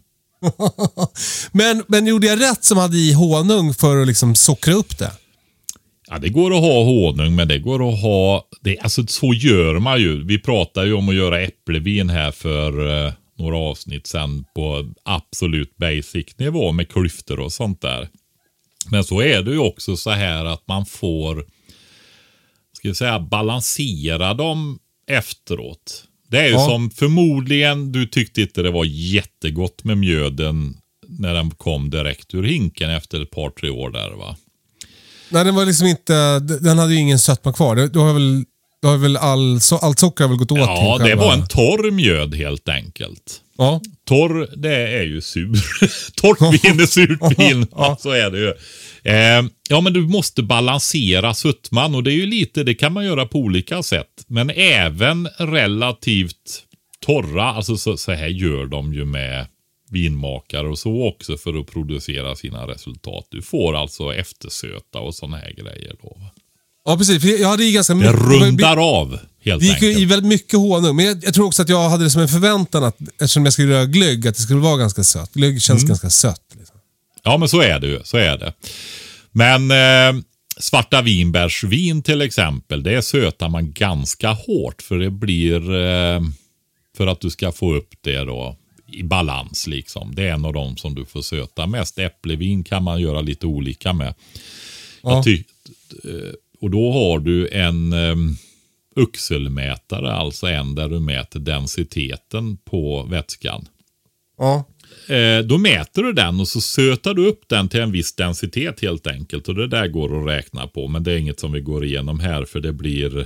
men, men gjorde jag rätt som hade i honung för att liksom sockra upp det? Ja, det går att ha honung, men det går att ha... Det, alltså så gör man ju. Vi pratar ju om att göra äpplevin här för eh, några avsnitt sen på absolut basic nivå med klyftor och sånt där. Men så är det ju också så här att man får, ska jag säga, balansera dem efteråt. Det är ju ja. som förmodligen, du tyckte inte det var jättegott med mjöden när den kom direkt ur hinken efter ett par, tre år där, va? Nej, den var liksom inte, den hade ju ingen sötma kvar. Du har väl, du har väl all, så, allt socker har väl gått åt. Ja, det var en torr mjöd helt enkelt. Ja. Torr, det är ju sur. Torrt vin är surt vin. Ja, så är det ju. Eh, ja, men du måste balansera sötman och det är ju lite, det kan man göra på olika sätt. Men även relativt torra, alltså så, så här gör de ju med vinmakare och så också för att producera sina resultat. Du får alltså eftersöta och såna här grejer då. Ja, precis. För jag hade ju ganska mycket... Det rundar av, helt det gick enkelt. i väldigt mycket honung. Men jag, jag tror också att jag hade det som en förväntan att, eftersom jag skulle göra glögg, att det skulle vara ganska sött. Glögg känns mm. ganska sött. Liksom. Ja, men så är det ju. Så är det. Men eh, svarta vinbärsvin till exempel, det sötar man ganska hårt. För det blir... Eh, för att du ska få upp det då i balans liksom. Det är en av dem som du får söta mest. Äpplevin kan man göra lite olika med. Ja. Jag ty- och då har du en um, uxelmätare, alltså en där du mäter densiteten på vätskan. Ja. Eh, då mäter du den och så sötar du upp den till en viss densitet helt enkelt. Och det där går att räkna på, men det är inget som vi går igenom här för det blir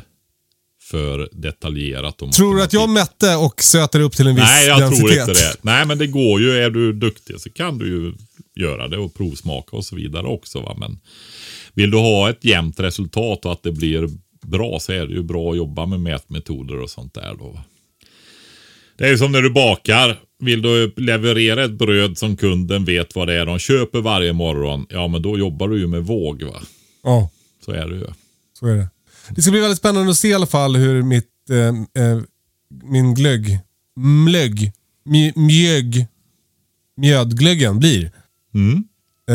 för detaljerat. Tror du att jag mätte och söter upp till en viss densitet? Nej, jag densitet? tror inte det. Nej, men det går ju. Är du duktig så kan du ju göra det och provsmaka och så vidare också, va? Men vill du ha ett jämnt resultat och att det blir bra så är det ju bra att jobba med mätmetoder och sånt där då. Det är ju som när du bakar. Vill du leverera ett bröd som kunden vet vad det är de köper varje morgon, ja men då jobbar du ju med våg, va? Ja. Så är det ju. Så är det. Det ska bli väldigt spännande att se i alla fall hur mitt äh, äh, min glögg mlögg mj, mjög mjödglöggen blir. Mm.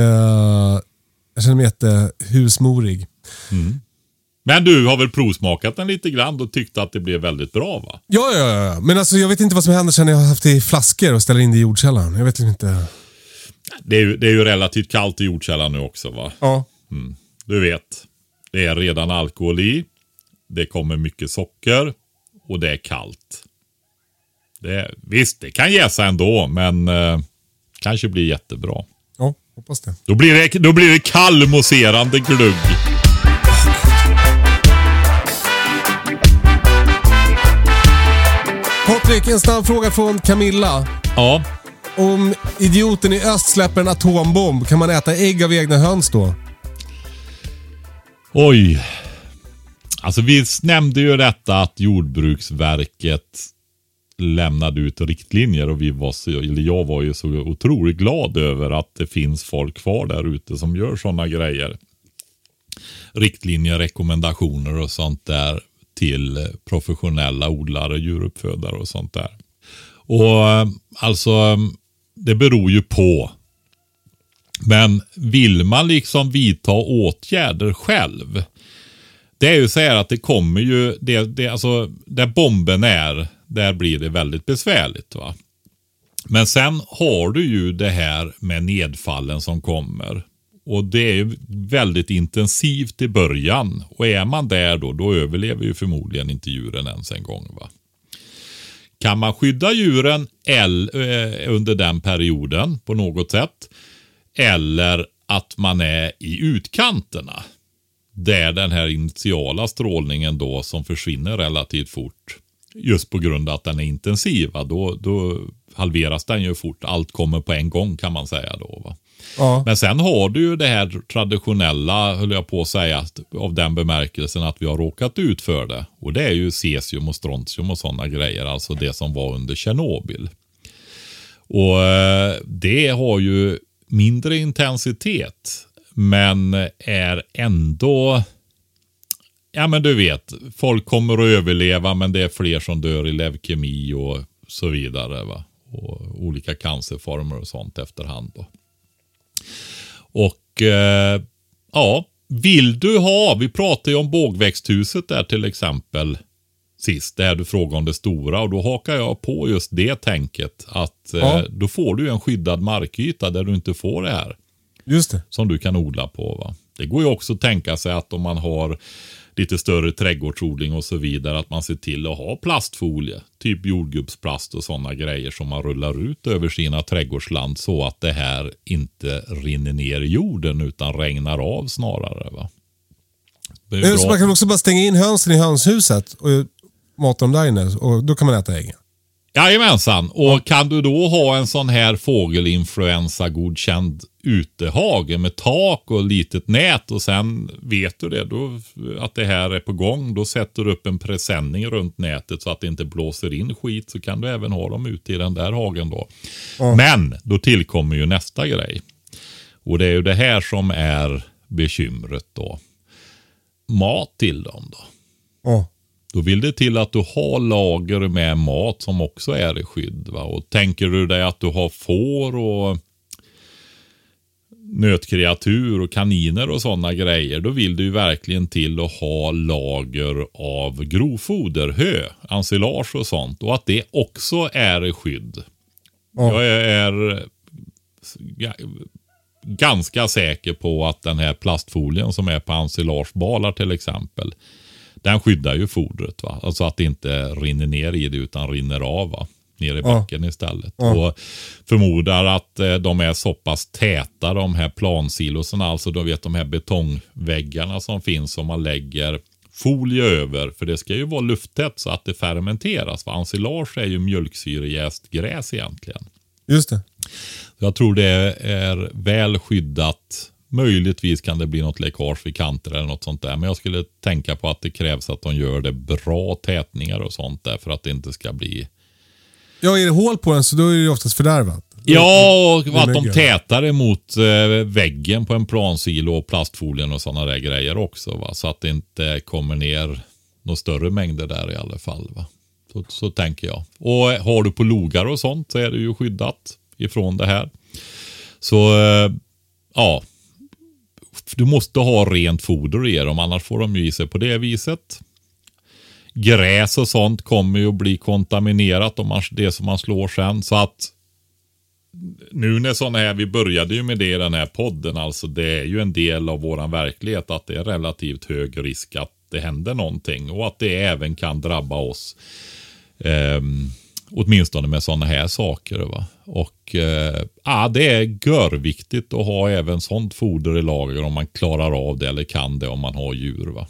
Uh, jag känner mig jättehusmorig. Mm. Men du har väl provsmakat den lite grann och tyckte att det blev väldigt bra, va? Ja, ja, ja. Men alltså jag vet inte vad som händer sen jag har haft det i flaskor och ställer in det i jordkällaren. Jag vet inte. Det är ju, det är ju relativt kallt i jordkällaren nu också, va? Ja. Mm. Du vet, det är redan alkohol i. Det kommer mycket socker och det är kallt. Det, visst, det kan jäsa ändå, men eh, kanske blir jättebra. Ja, hoppas det. Då blir det, då blir det kall mousserande glugg. Patrik, en snabb fråga från Camilla. Ja. Om idioten i öst släpper en atombomb, kan man äta ägg av egna höns då? Oj. Alltså vi nämnde ju detta att Jordbruksverket lämnade ut riktlinjer och vi var så, eller jag var ju så otroligt glad över att det finns folk kvar där ute som gör sådana grejer. Riktlinjer, rekommendationer och sånt där till professionella odlare, djuruppfödare och sånt där. Och alltså det beror ju på. Men vill man liksom vidta åtgärder själv, det är ju så här att det kommer ju, det, det, alltså där bomben är, där blir det väldigt besvärligt, va. Men sen har du ju det här med nedfallen som kommer. Och det är ju väldigt intensivt i början. Och är man där då, då överlever ju förmodligen inte djuren ens en gång, va. Kan man skydda djuren el, eh, under den perioden på något sätt, eller att man är i utkanterna där den här initiala strålningen då som försvinner relativt fort just på grund av att den är intensiv, då, då halveras den ju fort. Allt kommer på en gång kan man säga då, va? Ja. Men sen har du ju det här traditionella, höll jag på att säga, av den bemärkelsen att vi har råkat ut för det. Och det är ju cesium och strontium och sådana grejer, alltså det som var under Tjernobyl. Och det har ju mindre intensitet, men är ändå ja men du vet, folk kommer att överleva men det är fler som dör i leukemi och så vidare va. Och olika cancerformer och sånt efterhand då. Och eh, ja, vill du ha, vi pratade ju om bågväxthuset där till exempel sist, där du frågade om det stora och då hakar jag på just det tänket att ja. eh, då får du en skyddad markyta där du inte får det här. Just det. Som du kan odla på va. Det går ju också att tänka sig att om man har lite större trädgårdsodling och så vidare att man ser till att ha plastfolie, typ jordgubbsplast och sådana grejer som man rullar ut över sina trädgårdsland så att det här inte rinner ner i jorden utan regnar av snarare va. Så man kan också bara stänga in hönsen i hönshuset och mata dem där inne och då kan man äta äggen. Jajamensan, och ja. Kan du då ha en sån här fågelinfluensa godkänd utehage med tak och litet nät och sen vet du det då att det här är på gång, då sätter du upp en presenning runt nätet så att det inte blåser in skit, så kan du även ha dem ute i den där hagen då. Ja. Men då tillkommer ju nästa grej. Och det är ju det här som är bekymret då. Mat till dem då. Ja. Då vill det till att du har lager med mat som också är i skydd va? Och tänker du dig att du har får och nötkreatur och kaniner och sådana grejer, då vill du ju verkligen till att ha lager av grovfoder, hö, ensilage och sånt, och att det också är i skydd. Ja. Jag är ganska säker på att den här plastfolien som är på ensilagebalar till exempel, den skyddar ju fodret va, alltså att det inte rinner ner i det utan rinner av va, ner i backen ja. Istället. Ja. Och förmodar att eh, de är så pass täta de här plansiloserna, alltså då vet de här betongväggarna som finns som man lägger folie över, för det ska ju vara lufttätt så att det fermenteras va, ensilage är ju mjölksyrejäst gräs egentligen. Just det. Jag tror det är väl skyddat. Möjligtvis kan det bli något läckage vid kanter eller något sånt där. Men jag skulle tänka på att det krävs att de gör det bra tätningar och sånt där för att det inte ska bli... Ja, är det hål på den så då är det oftast fördärvat. Ja, och att de tätar emot eh, väggen på en plansilo och plastfolien och sådana där grejer också va. Så att det inte kommer ner några större mängder där i alla fall va. Så, så tänker jag. Och har du på logar och sånt så är det ju skyddat ifrån det här. Så eh, ja... Du måste ha rent foder i dem, annars får de ju i sig på det viset. Gräs och sånt kommer ju att bli kontaminerat om man, det som man slår sen. Så att nu när sådana här, vi började ju med det i den här podden, alltså det är ju en del av våran verklighet att det är relativt hög risk att det händer någonting. Och att det även kan drabba oss. Ehm, åtminstone med sådana här saker va. Och eh, ja, det är görviktigt att ha även sånt foder i lager om man klarar av det eller kan det om man har djur va.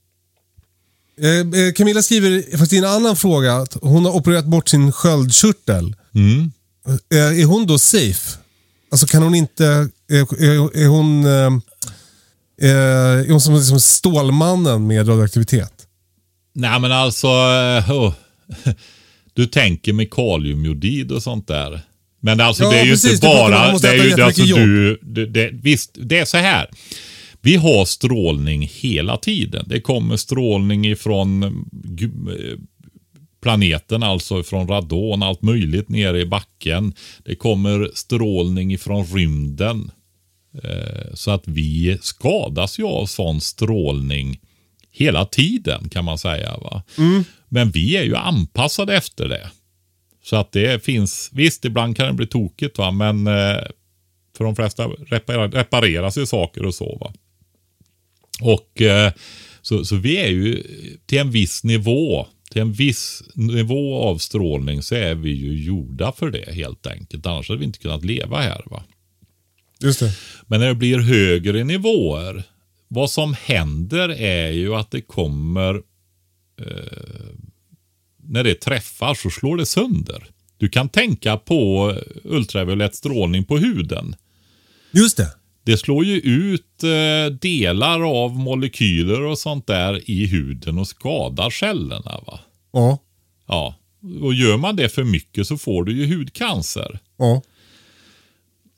Eh, Camilla skriver faktiskt i en annan fråga att hon har opererat bort sin sköldkörtel. Mm. Eh, är hon då safe? Alltså kan hon inte är, är, är hon eh, är hon som liksom Stålmannen med radioaktivitet? Nej men alltså oh. Du tänker med kaliumjodid och sånt där. Men alltså ja, det är ju precis, inte bara det är ju alltså du det, det, visst det är så här. Vi har strålning hela tiden. Det kommer strålning ifrån planeten, alltså från radon, allt möjligt nere i backen. Det kommer strålning ifrån rymden. Eh, så att vi skadas ju av sån strålning hela tiden kan man säga va. Mm. Men vi är ju anpassade efter det. Så att det finns, visst ibland kan det bli tokigt va, men eh, för de flesta repar, repareras ju saker och så va. Och eh, så, så vi är ju till en viss nivå, till en viss nivå av strålning så är vi ju gjorda för det helt enkelt. Annars hade vi inte kunnat leva här va. Just det. Men när det blir högre nivåer, vad som händer är ju att det kommer eh, när det träffar så slår det sönder. Du kan tänka på ultraviolett strålning på huden. Just det. Det slår ju ut eh, delar av molekyler och sånt där i huden och skadar cellerna va? Ja. Ja. Och gör man det för mycket så får du ju hudcancer. Ja.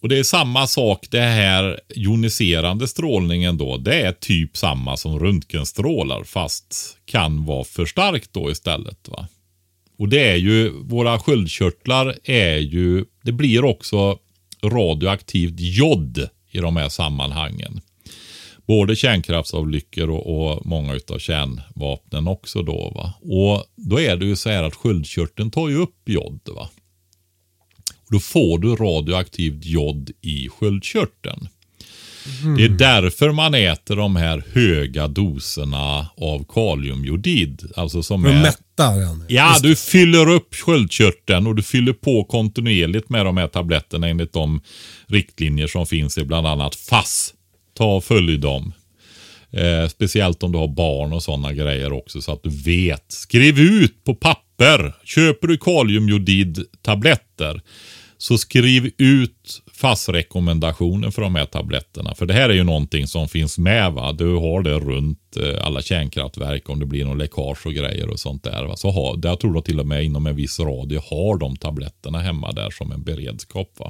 Och det är samma sak, det här joniserande strålningen då. Det är typ samma som röntgenstrålar, fast kan vara för starkt då istället, va. Och det är ju, våra sköldkörtlar är ju, det blir också radioaktivt jod i de här sammanhangen. Både kärnkraftsolyckor och, och många utav kärnvapnen också då, va. Och då är det ju så här att sköldkörteln tar ju upp jod, va. Och då får du radioaktivt jod i sköldkörteln. Mm. Det är därför man äter de här höga doserna av kaliumjodid. Alltså som är... mättar den. Ja, du fyller upp sköldkörteln och du fyller på kontinuerligt med de här tabletterna enligt de riktlinjer som finns i bland annat F A S. Ta och följ dem. Eh, speciellt om du har barn och sådana grejer också, så att du vet. Skriv ut på papper. Köper du kaliumjodid-tabletter, så skriv ut F A S-rekommendationen för de här tabletterna. För det här är ju någonting som finns med, va. Du har det runt eh, alla kärnkraftverk om det blir någon läckage och grejer och sånt där, va. Så har, jag tror att till och med inom en viss radie har de tabletterna hemma där som en beredskap, va.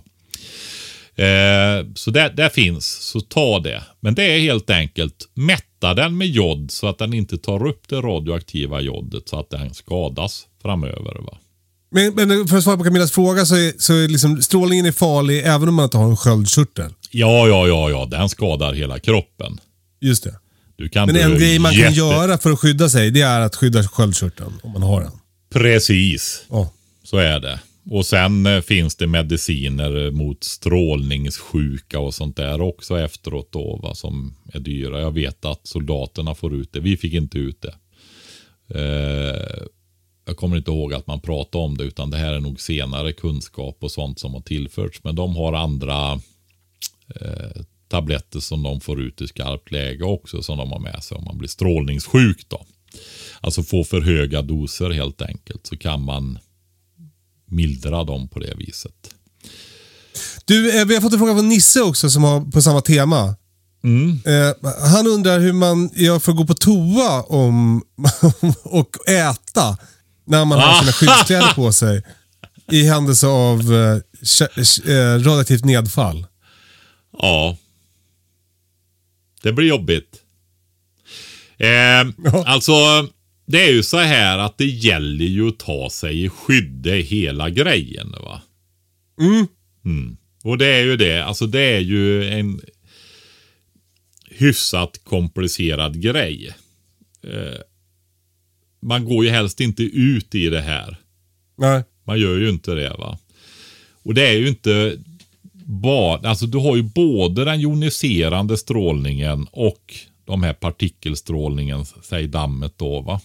Eh, så där, där finns, så ta det. Men det är helt enkelt mätta den med jod så att den inte tar upp det radioaktiva jodet så att den skadas framöver, va. Men, men för att svara på Camillas fråga så är, så är liksom, strålningen är farlig även om man inte har en sköldkörtel. Ja, ja, ja, ja. Den skadar hela kroppen. Just det. Du kan men en grej man jätte... kan göra för att skydda sig, det är att skydda sköldkörteln om man har den. Precis. Oh. Så är det. Och sen eh, finns det mediciner mot strålningssjuka och sånt där också efteråt då, va, som är dyra. Jag vet att soldaterna får ut det. Vi fick inte ut det. Eh, jag kommer inte ihåg att man pratar om det, utan det här är nog senare kunskap och sånt som har tillförts. Men de har andra eh, tabletter som de får ut i skarpt läge också, som de har med sig om man blir strålningssjuk då. Alltså få för höga doser helt enkelt, så kan man mildra dem på det viset. Du, eh, vi har fått en fråga från Nisse också som har på samma tema. Mm. Eh, han undrar hur man gör för att gå på toa om, och äta när man har sina skyddskläder på sig i händelse av eh, eh, radioaktivt nedfall. Ja. Det blir jobbigt. Eh, ja. Alltså, det är ju så här att det gäller ju att ta sig i skydd, hela grejen, va? Mm. Mm. Och det är ju det. Alltså det är ju en hyfsat komplicerad grej. Eh, man går ju helst inte ut i det här. Nej. Man gör ju inte det, va? Och det är ju inte bara, alltså du har ju både den joniserande strålningen och de här partikelstrålningen, säg dammet då, va?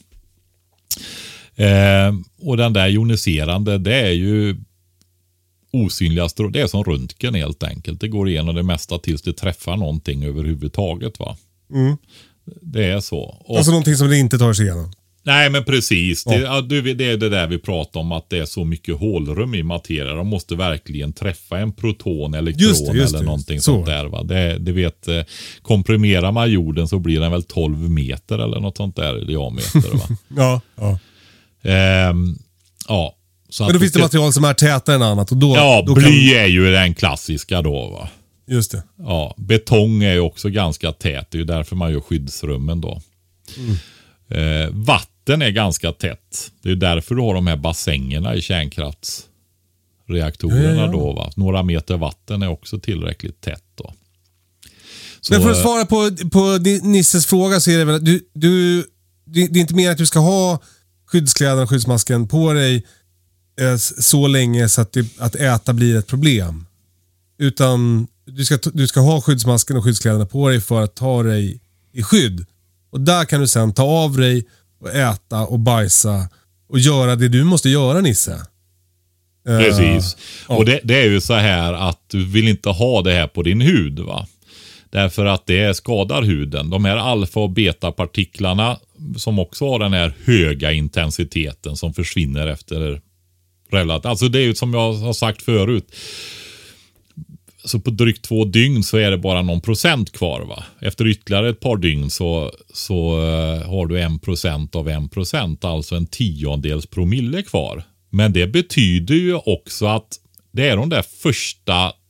Eh, och den där joniserande, det är ju osynliga strålning. Det är som röntgen helt enkelt. Det går igenom det mesta tills det träffar någonting överhuvudtaget, va? Mm. Det är så. Och, alltså någonting som det inte tar sig igenom. Nej, men precis. Ja. Det, ja, du, det är det där vi pratar om, att det är så mycket hålrum i materia. De måste verkligen träffa en proton, elektron just det, just eller det, någonting så. sånt där, va? Det, det vet, eh, komprimerar man jorden så blir den väl tolv meter eller något sånt där i diameter, va? ja, ja. Ehm, ja. Så men då finns det material som är tätare än annat. Och då, ja, då bly kan... är ju den klassiska då, va? Just det. Ja, betong är ju också ganska tät. Det är ju därför man gör skyddsrummen då. Mm. Eh, vatten är ganska tätt. Det är därför du har de här bassängerna i kärnkraftsreaktorerna, ja, ja. Då, va? Några meter vatten är också tillräckligt tätt då. Så, men för att svara på, på Nisses fråga så är det väl att du, du, det är inte mer att du ska ha skyddskläderna och skyddsmasken på dig eh, så länge så att, det, att äta blir ett problem. Utan du ska, du ska ha skyddsmasken och skyddskläderna på dig för att ta dig i skydd. Och där kan du sen ta av dig och äta och bajsa och göra det du måste göra, Nisse. Precis. Uh, ja. Och det, det är ju så här att du vill inte ha det här på din hud, va? Därför att det skadar huden. De här alfa- och beta-partiklarna som också har den här höga intensiteten som försvinner efter relativt. Alltså det är ju som jag har sagt förut. Så på drygt två dygn så är det bara någon procent kvar, va? Efter ytterligare ett par dygn så, så uh, har du en procent av en procent, alltså en tiondels promille kvar. Men det betyder ju också att det är de där första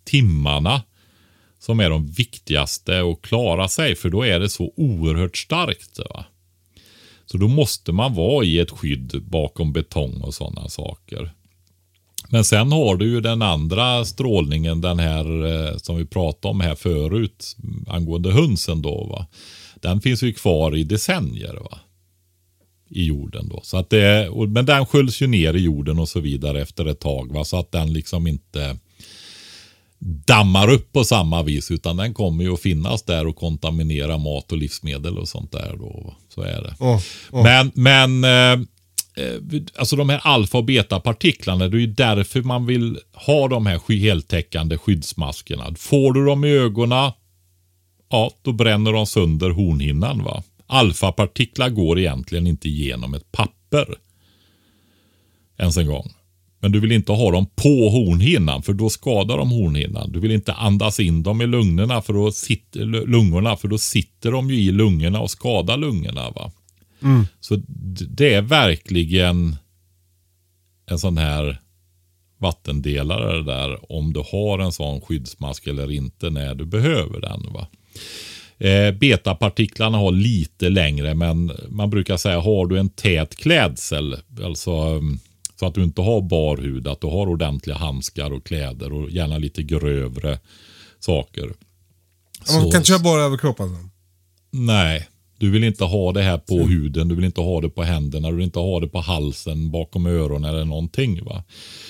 timmarna som är de viktigaste att klara sig, för då är det så oerhört starkt. Va? Så då måste man vara i ett skydd bakom betong och sådana saker. Men sen har du ju den andra strålningen, den här eh, som vi pratade om här förut angående hönsen då, va. Den finns ju kvar i decennier, va. I jorden då. Så att det, men den sköljs ju ner i jorden och så vidare efter ett tag, va. Så att den liksom inte dammar upp på samma vis, utan den kommer ju att finnas där och kontaminera mat och livsmedel och sånt där då, va. Så är det. Oh, oh. Men, men eh, alltså de här alfa- och beta-partiklarna, det är ju därför man vill ha de här heltäckande skyddsmaskerna. Får du dem i ögonen, ja, då bränner de sönder hornhinnan, va. Alfa-partiklar går egentligen inte igenom ett papper ens en gång. Men du vill inte ha dem på hornhinnan, för då skadar de hornhinnan. Du vill inte andas in dem i lungorna, för då sitter, lungorna, för då sitter de ju i lungorna och skadar lungorna, va. Mm. Så det är verkligen en sån här vattendelare där, om du har en sån skyddsmask eller inte när du behöver den, va. Eh, betapartiklarna har lite längre, men man brukar säga, har du en tät klädsel, alltså så att du inte har bar hud, att du har ordentliga handskar och kläder och gärna lite grövre saker. Man så, kan inte köra bara överkropp alltså? Nej. Du vill inte ha det här på mm. huden, du vill inte ha det på händerna, du vill inte ha det på halsen, bakom öronen eller någonting, va.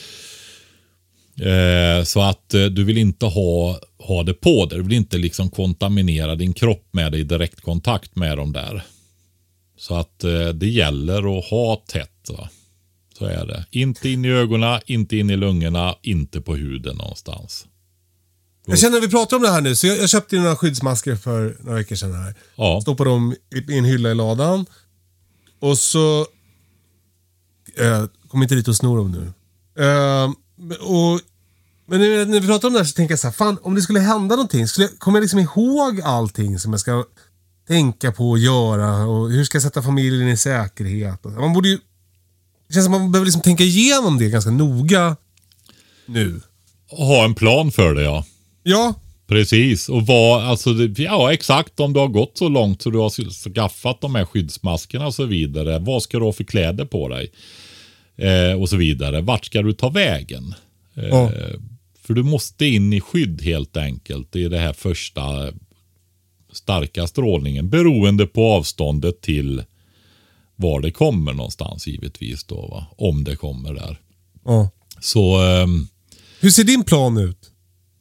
Eh, så att eh, du vill inte ha, ha det på dig, du vill inte liksom kontaminera din kropp med det i direkt kontakt med dem där. Så att eh, det gäller att ha tätt, va. Så är det. Inte in i ögonen, inte in i lungorna, inte på huden någonstans. Jag känner att vi pratar om det här nu, så jag, jag köpte ju några skyddsmasker för några veckor sedan här. Ja. Stoppade dem i, i en hylla i ladan. Och så eh, kom inte dit och snor dem nu. Eh, och, men när, när vi pratar om det här så tänker jag så här, fan, om det skulle hända någonting, skulle jag, kommer jag liksom ihåg allting som jag ska tänka på att göra, och hur ska jag sätta familjen i säkerhet? Man borde ju, det känns som att man behöver liksom tänka igenom det ganska noga nu. Ha en plan för det, ja. Ja. Precis, och vad, alltså, ja exakt, om du har gått så långt så du har skaffat de här skyddsmaskerna och så vidare, vad ska du ha för kläder på dig eh, och så vidare, vart ska du ta vägen, eh, ja. För du måste in i skydd helt enkelt i det här första starka strålningen, beroende på avståndet till var det kommer någonstans givetvis då, va? Om det kommer där. Ja. Så eh, hur ser din plan ut?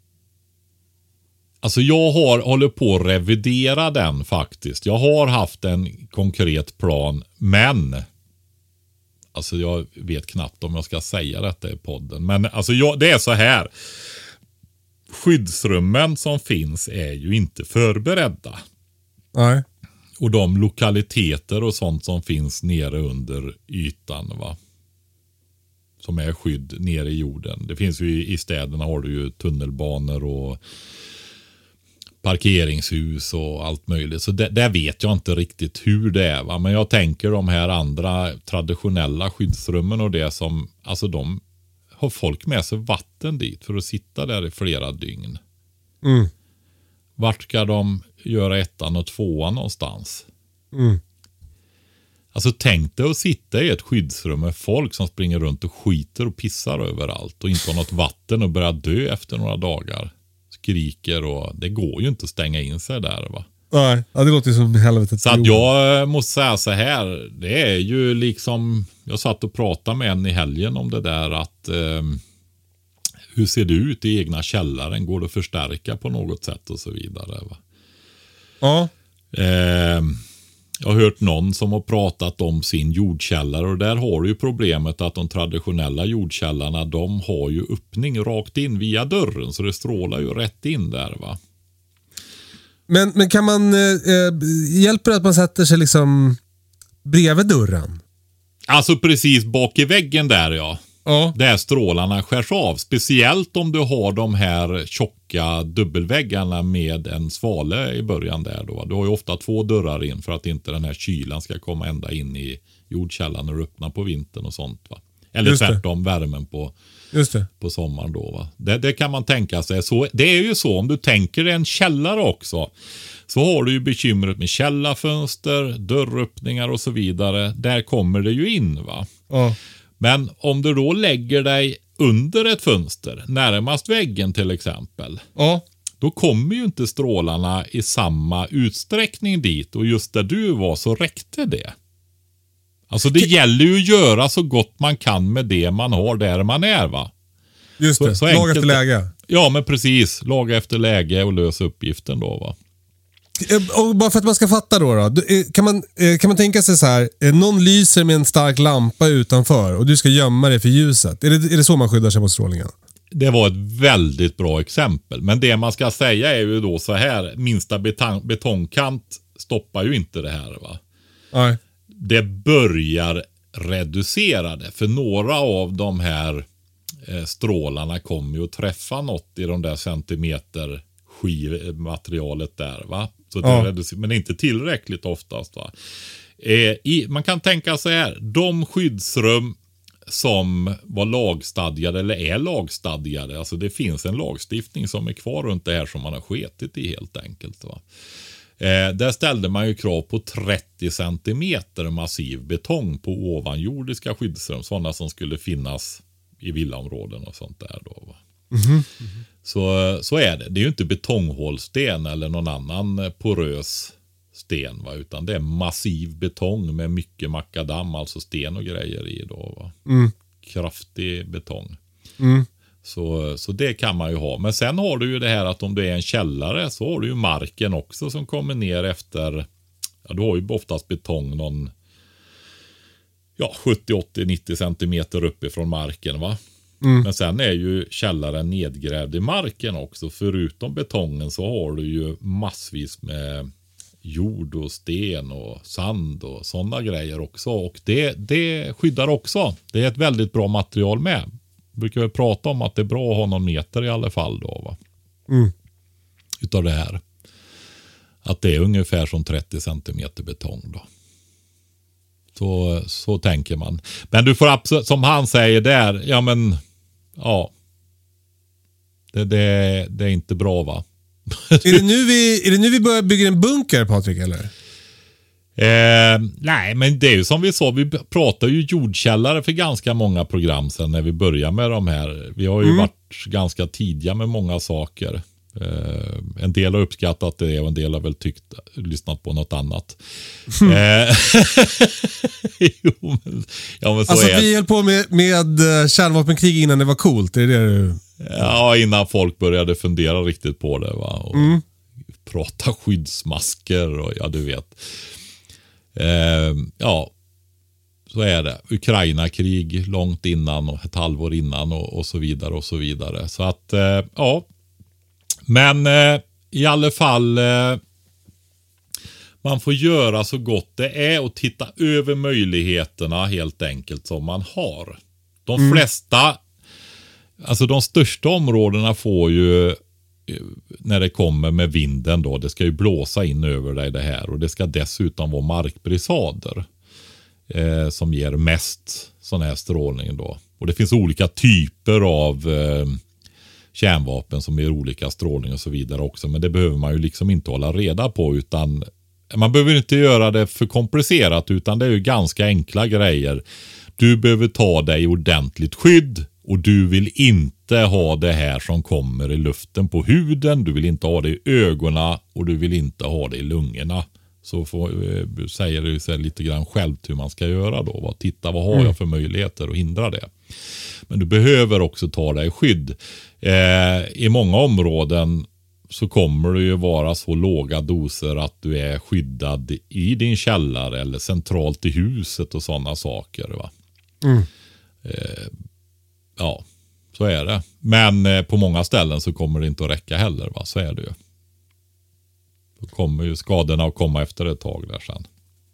Alltså jag har håller på att revidera den faktiskt. Jag har haft en konkret plan, men alltså jag vet knappt om jag ska säga detta i podden. Men alltså jag, det är så här. Skyddsrummen som finns är ju inte förberedda. Nej. Och de lokaliteter och sånt som finns nere under ytan, va. Som är skydd nere i jorden. Det finns ju i, i städerna har du ju tunnelbanor och parkeringshus och allt möjligt. Så det, där vet jag inte riktigt hur det är, va? Men jag tänker de här andra traditionella skyddsrummen och det som, alltså de har folk med sig vatten dit för att sitta där i flera dygn. Mm. Vart ska de göra ettan och tvåan någonstans? Mm. Alltså tänk dig att sitta i ett skyddsrum med folk som springer runt och skiter och pissar överallt och inte har något vatten och börjar dö efter några dagar. Skriker och det går ju inte att stänga in sig där, va? Nej, ja, det låter ju som helvetet. Så att jag måste säga så här, det är ju liksom, jag satt och pratade med en i helgen om det där att eh, hur ser det ut i egna källaren? Går det att förstärka på något sätt och så vidare, va? Ja. Eh, jag har hört någon som har pratat om sin jordkällare och där har du ju problemet att de traditionella jordkällarna, de har ju öppning rakt in via dörren så det strålar ju rätt in där, va. Men, men kan man eh, hjälper det att man sätter sig liksom bredvid dörren? Alltså precis bak i väggen där, ja. Ja. Där strålarna skärs av. Speciellt om du har de här tjocka dubbelväggarna med en svale i början där då. Du har ju ofta två dörrar in för att inte den här kylan ska komma ända in i jordkällan när du öppnar på vintern och sånt, va. Eller tvärtom värmen på Just det. På sommaren då, va. Det, det kan man tänka sig. Så, det är ju så, om du tänker en källare också, så har du ju bekymret med källarfönster, dörröppningar och så vidare. Där kommer det ju in, va. Ja. Men om du då lägger dig under ett fönster, närmast väggen till exempel. Ja. Då kommer ju inte strålarna i samma utsträckning dit. Och just där du var så räckte det. Alltså det K- gäller ju att göra så gott man kan med det man har där man är, va? Just det, så, så lag efter läge. Ja, men precis. Laga efter läge och lösa uppgiften då, va? Och bara för att man ska fatta då, då kan, man, kan man tänka sig så här: någon lyser med en stark lampa utanför och du ska gömma dig för ljuset. Är det, är det så man skyddar sig mot strålningen? Det var ett väldigt bra exempel. Men det man ska säga är ju då så här: minsta betong, betongkant stoppar ju inte det här, va? Nej. Det börjar reducera det. För några av de här eh, strålarna kommer ju att träffa något i de där centimeter skivmaterialet där, va? Så det ja. reducerar, men inte tillräckligt oftast, va? Eh, i, man kan tänka sig här: de skyddsrum som var lagstadgade eller är lagstadgade, alltså det finns en lagstiftning som är kvar runt det här som man har sketit i helt enkelt, va? Eh, där ställde man ju krav på trettio centimeter massiv betong på ovanjordiska skyddsrum, sådana som skulle finnas i villaområden och sånt där då, va? Mm-hmm. Så, så är det. Det är ju inte betonghålsten eller någon annan porös sten, va? Utan det är massiv betong med mycket makadam, alltså sten och grejer i då, va? Mm. Kraftig betong. Mm. Så, så det kan man ju ha. Men sen har du ju det här att om du är en källare så har du ju marken också som kommer ner efter, ja, du har ju oftast betong någon ja, sjuttio, åttio, nittio centimeter uppifrån marken, va? Mm. Men sen är ju källaren nedgrävd i marken också. Förutom betongen så har du ju massvis med jord och sten och sand och sådana grejer också. Och det, det skyddar också. Det är ett väldigt bra material med. Vi brukar väl prata om att det är bra att ha någon meter i alla fall då, va? Mm. Utav det här. Att det är ungefär som trettio centimeter betong då. Så, så tänker man. Men du får absolut, som han säger där, ja men, ja. Det, det, det är inte bra, va? är, det nu vi, är det nu vi börjar bygga en bunker, Patrik, eller? Eh, nej, men det är ju som vi sa, vi pratar ju jordkällare för ganska många program sedan när vi börjar med de här. Vi har ju mm. varit ganska tidiga med många saker. Eh, en del har uppskattat det och en del har väl tyckt, lyssnat på något annat. Mm. Eh, jo, men, ja, men så alltså är... vi höll på med, med kärnvapenkrig innan det var coolt, är det det du... Ja, innan folk började fundera riktigt på det, va? Och mm. prata skyddsmasker och ja, du vet. Eh, ja, så är det. Ukraina-krig långt innan och ett halvår innan och, och så vidare och så vidare. Så att, eh, ja. Men eh, i alla fall eh, man får göra så gott det är och titta över möjligheterna helt enkelt som man har. De mm. flesta, alltså de största områdena får ju, när det kommer med vinden då, det ska ju blåsa in över dig det här och det ska dessutom vara markbrisader eh, som ger mest sån här strålning då. Och det finns olika typer av eh, kärnvapen som ger olika strålning och så vidare också, men det behöver man ju liksom inte hålla reda på, utan man behöver inte göra det för komplicerat, utan det är ju ganska enkla grejer. Du behöver ta dig ordentligt skydd och du vill inte ha det här som kommer i luften på huden, du vill inte ha det i ögonen och du vill inte ha det i lungorna. Så får, eh, säger det sig lite grann självt hur man ska göra då. Va? Titta, vad har mm. jag för möjligheter att hindra det? Men du behöver också ta dig skydd. Eh, I många områden så kommer det ju vara så låga doser att du är skyddad i din källare eller centralt i huset och sådana saker, va? Mm. Eh, ja, så är det. Men eh, på många ställen så kommer det inte att räcka heller, va? Så är det ju. Då kommer ju skadorna att komma efter ett tag där sen.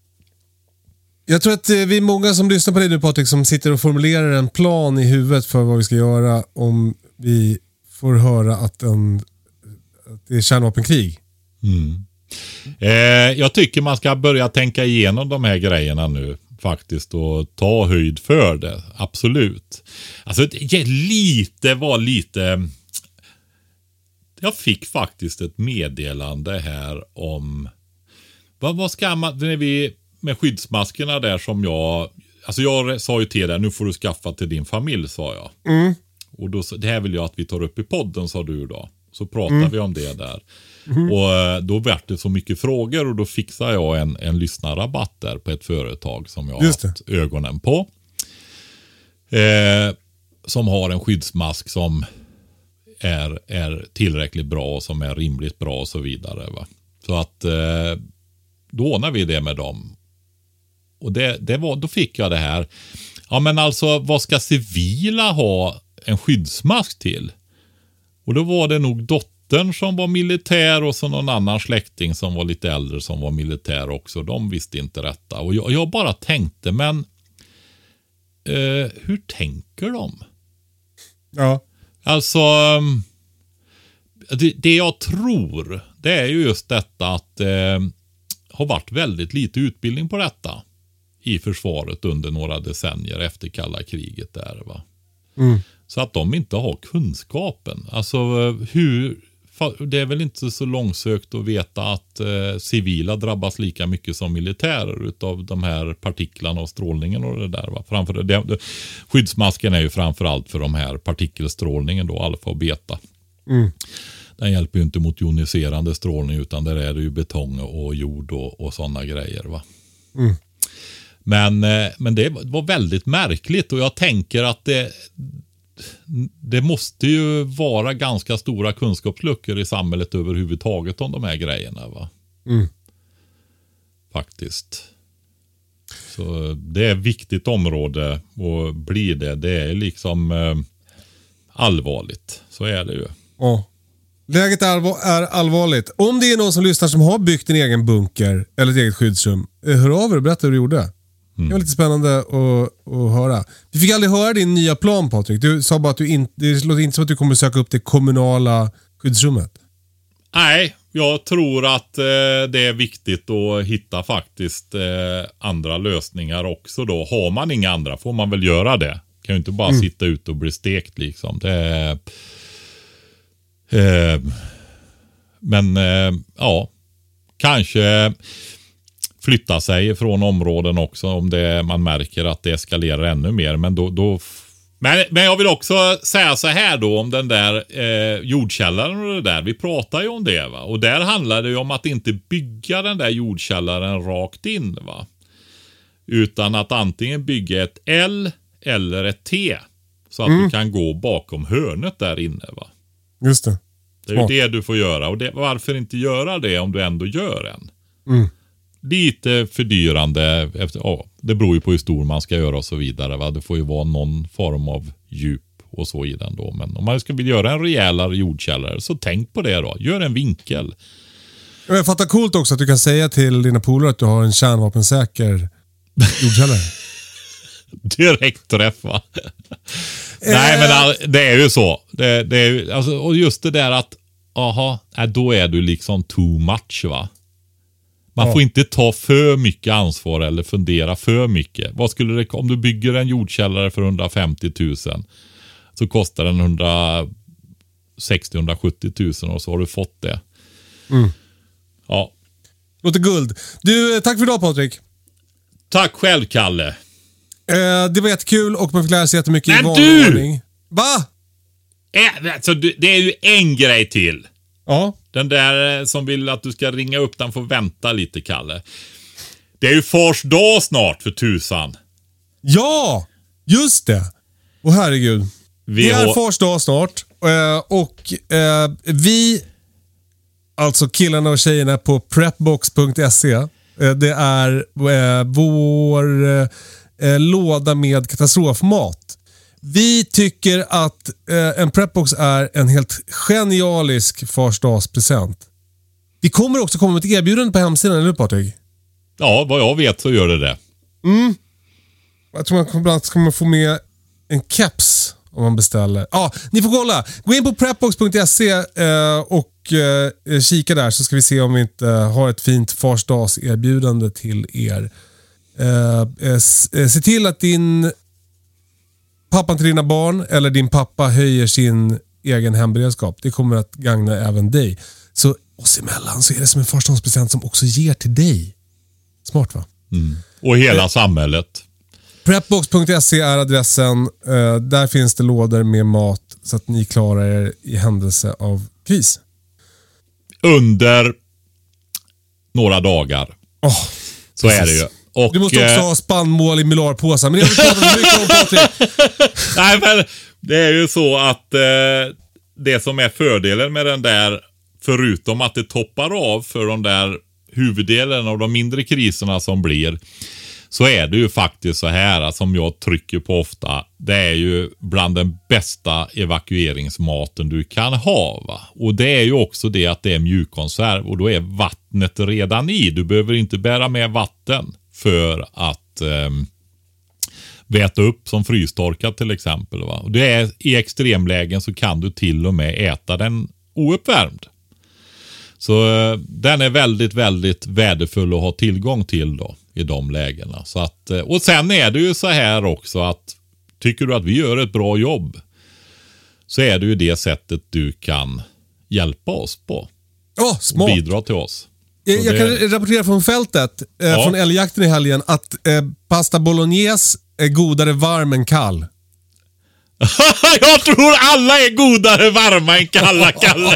Jag tror att vi är många som lyssnar på dig nu, Patrik, som sitter och formulerar en plan i huvudet för vad vi ska göra om vi får höra att, en, att det är kärnvapenkrig. Mm. Eh, jag tycker man ska börja tänka igenom de här grejerna nu. faktiskt och ta höjd för det. Absolut. Alltså lite var lite... Jag fick faktiskt ett meddelande här om... Vad, vad ska man... När vi med skyddsmaskerna där som jag... Alltså jag sa ju till dig, nu får du skaffa till din familj, sa jag. Mm. Och då, det här vill jag att vi tar upp i podden, sa du då. Så pratar mm. vi om det där. Mm. Och då vart det så mycket frågor och då fixade jag en, en lyssnarrabatt där på ett företag som jag har haft ögonen på. Eh, som har en skyddsmask som är, är tillräckligt bra och som är rimligt bra och så vidare. Va? Så att eh, då ordnar vi det med dem. Och det, det var, då fick jag det här. Ja men alltså vad ska civila ha en skyddsmask till? Och då var det nog dottern som var militär och så någon annan släkting som var lite äldre som var militär också. De visste inte detta. Och jag, jag bara tänkte, men eh, hur tänker de? Ja. Alltså, det, det jag tror, det är ju just detta att eh, har varit väldigt lite utbildning på detta i försvaret under några decennier efter kalla kriget där, va. Mm. Så att de inte har kunskapen. Alltså hur, det är väl inte så långsökt att veta att eh, civila drabbas lika mycket som militärer utav de här partiklarna och strålningen och det där, va. Framför det, det, skyddsmasken är ju framförallt för de här partikelstrålningen då, alfa och beta. Mm. Den hjälper ju inte mot joniserande strålning utan där är det ju betong och jord och, och sådana grejer, va. Mm. Men, men det var väldigt märkligt och jag tänker att det, det måste ju vara ganska stora kunskapsluckor i samhället överhuvudtaget om de här grejerna, va? Mm. Faktiskt. Så det är ett viktigt område och blir det, det är liksom eh, allvarligt. Så är det ju. Ja. Läget är, allvar- är allvarligt. Om det är någon som lyssnar som har byggt en egen bunker eller ett eget skyddsrum, hör av er och berätta hur du gjorde. Mm. Det var lite spännande att, att höra. Vi fick aldrig höra din nya plan, Patrik. Du sa bara att du inte, det låter inte som att du kommer söka upp det kommunala skyddsrummet. Nej, jag tror att eh, det är viktigt att hitta faktiskt eh, andra lösningar också då. Har man inga andra får man väl göra det. Kan ju inte bara mm. sitta ute och bli stekt liksom. Det är... Eh, men eh, ja, kanske flytta sig från områden också om det, man märker att det eskalerar ännu mer. Men då, då men, men jag vill också säga så här då om den där eh, jordkällaren och det där. Vi pratar ju om det, va. Och där handlar det ju om att inte bygga den där jordkällaren rakt in, va. Utan att antingen bygga ett L eller ett T. Så att mm. du kan gå bakom hörnet där inne, va. Just det. Det är ju det du får göra. Och det, varför inte göra det om du ändå gör en? Mm. Lite fördyrande. Efter, ja, det beror ju på hur stor man ska göra och så vidare, va? Det får ju vara någon form av djup och så i den då. Men om man ska vilja göra en rejälare jordkällare så tänk på det då. Gör en vinkel. Jag fattar coolt också att du kan säga till dina polare att du har en kärnvapensäker jordkällare. Direkt träffa. Nej, men det är ju så. Det, det är ju, alltså, och just det där att aha, då är du liksom too much, va? Man ja. får inte ta för mycket ansvar eller fundera för mycket. Vad skulle det, om du bygger en jordkällare för hundrafemtio tusen så kostar den hundrasextio till hundrasjuttio tusen och så har du fått det. Mm. Ja. Låter guld. Du, tack för idag, Patrik. Tack själv, Kalle. Eh, det var jättekul och man fick lära sig jättemycket Men i vanlig du! ordning. Va? Äh, alltså, det är ju en grej till. Ja. Den där som vill att du ska ringa upp, den får vänta lite, Kalle. Det är ju fars dag snart för tusan. Ja, just det. Och herregud. Vi det är har... fars dag snart. Eh, och eh, vi, alltså killarna och tjejerna på prepbox punkt se, eh, det är eh, vår eh, låda med katastrofmat. Vi tycker att eh, en Prepbox är en helt genialisk farsdagspresent. Vi kommer också komma med ett erbjudande på hemsidan, eller hur, Patrik? Ja, vad jag vet så gör det det. Mm. Jag tror man kommer, bland annat kommer få med en caps om man beställer. Ja, ni får kolla. Gå in på prepbox punkt se eh, och eh, kika där så ska vi se om vi inte har ett fint farsdagserbjudande till er. Eh, eh, se till att din pappan till dina barn eller din pappa höjer sin egen hemberedskap. Det kommer att gagna även dig. Så oss emellan så är det som en förståndspresent som också ger till dig. Smart, va? Mm. Och hela eh, samhället. Prepbox punkt se är adressen. Eh, där finns det lådor med mat så att ni klarar er i händelse av kris. Under några dagar. Oh, så precis. Är det ju. Och, du måste också ha spannmål i Milarpåsar. Men det har vi pratat mycket om, Patrik. Nej, men det är ju så att eh, det som är fördelen med den där, förutom att det toppar av för de där huvuddelen av de mindre kriserna som blir, så är det ju faktiskt så här som jag trycker på ofta. Det är ju bland den bästa evakueringsmaten du kan ha, va? Och det är ju också det att det är mjukkonserv och då är vattnet redan i. Du behöver inte bära med vatten för att eh, väta upp som frystorkat till exempel, va? Och det är, i extremlägen så kan du till och med äta den ouppvärmd. Så eh, den är väldigt, väldigt värdefull att ha tillgång till då i de lägena. Så att, och sen är det ju så här också att tycker du att vi gör ett bra jobb så är det ju det sättet du kan hjälpa oss på. Oh, smart. Och bidra till oss. Jag, jag det... kan rapportera från fältet, eh, ja. från älgjakten i helgen, att eh, pasta bolognese är godare varm än kall. Jag tror alla är godare varma än kalla, Kalle.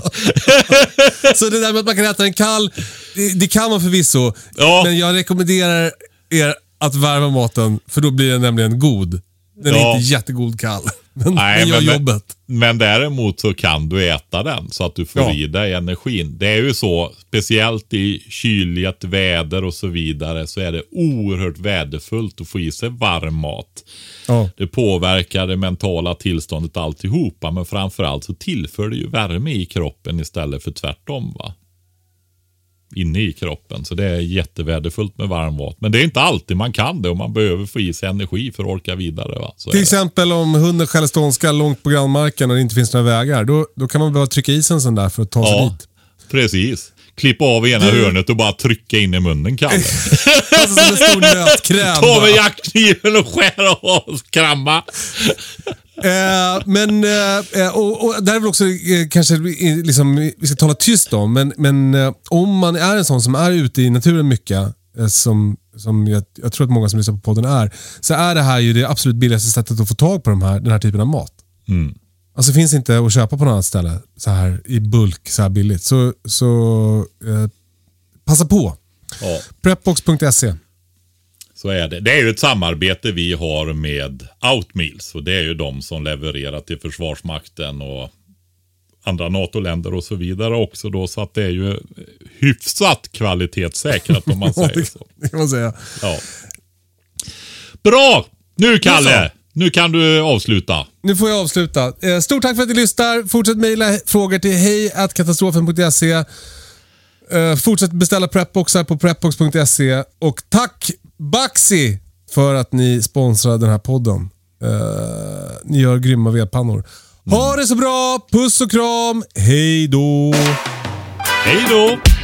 Så det där med att man kan äta en kall, det, det kan man förvisso. Ja. Men jag rekommenderar er att värma maten, för då blir den nämligen god. Den är ja. inte jättegod kall. Men Nej, den gör men, jobbet. Men däremot så kan du äta den så att du får ja. i dig energin. Det är ju så, speciellt i kyligt väder och så vidare, så är det oerhört värdefullt att få i sig varm mat. Ja. Det påverkar det mentala tillståndet alltihopa, men framförallt så tillför det ju värme i kroppen istället för tvärtom, va? Inne i kroppen. Så det är jättevärdefullt med varm mat. Men det är inte alltid man kan det och man behöver få i sig energi för att orka vidare, va? Så till exempel om hunden skäller ståndskall långt på grannmarken och det inte finns några vägar, då, då kan man behöva trycka i sig en sån där för att ta sig ja, dit. Precis. Klippa av ena du... hörnet och bara trycka in i munnen, Kalle. Alltså som en stor nötkräm. Ta med jaktkniven och skära av och kramma. Eh, men eh, och, och där är väl också eh, kanske liksom, vi ska tala tyst om, men, men eh, om man är en sån som är ute i naturen mycket, eh, som, som jag, jag tror att många som lyssnar på podden är, så är det här ju det absolut billigaste sättet att få tag på de här, den här typen av mat. Mm. Alltså finns inte att köpa på något annat ställe så här i bulk, så här billigt. Så, så eh, passa på. Ja. Prepbox punkt se. Så är det. Det är ju ett samarbete vi har med Outmeals. Och det är ju de som levererar till Försvarsmakten och andra NATO-länder och så vidare också då. Så att det är ju hyfsat kvalitetssäkrat om man säger så. Det kan man säga. Ja. Bra! Nu, Kalle! Nu kan du avsluta. Nu får jag avsluta. Stort tack för att ni lyssnar. Fortsätt mejla frågor till hej at katastrofen punkt se. Fortsätt beställa prepboxar på prepbox punkt se. Och tack Baxi för att ni sponsrar den här podden. Ni gör grymma vedpannor. Ha det så bra. Puss och kram. Hej då. Hej då.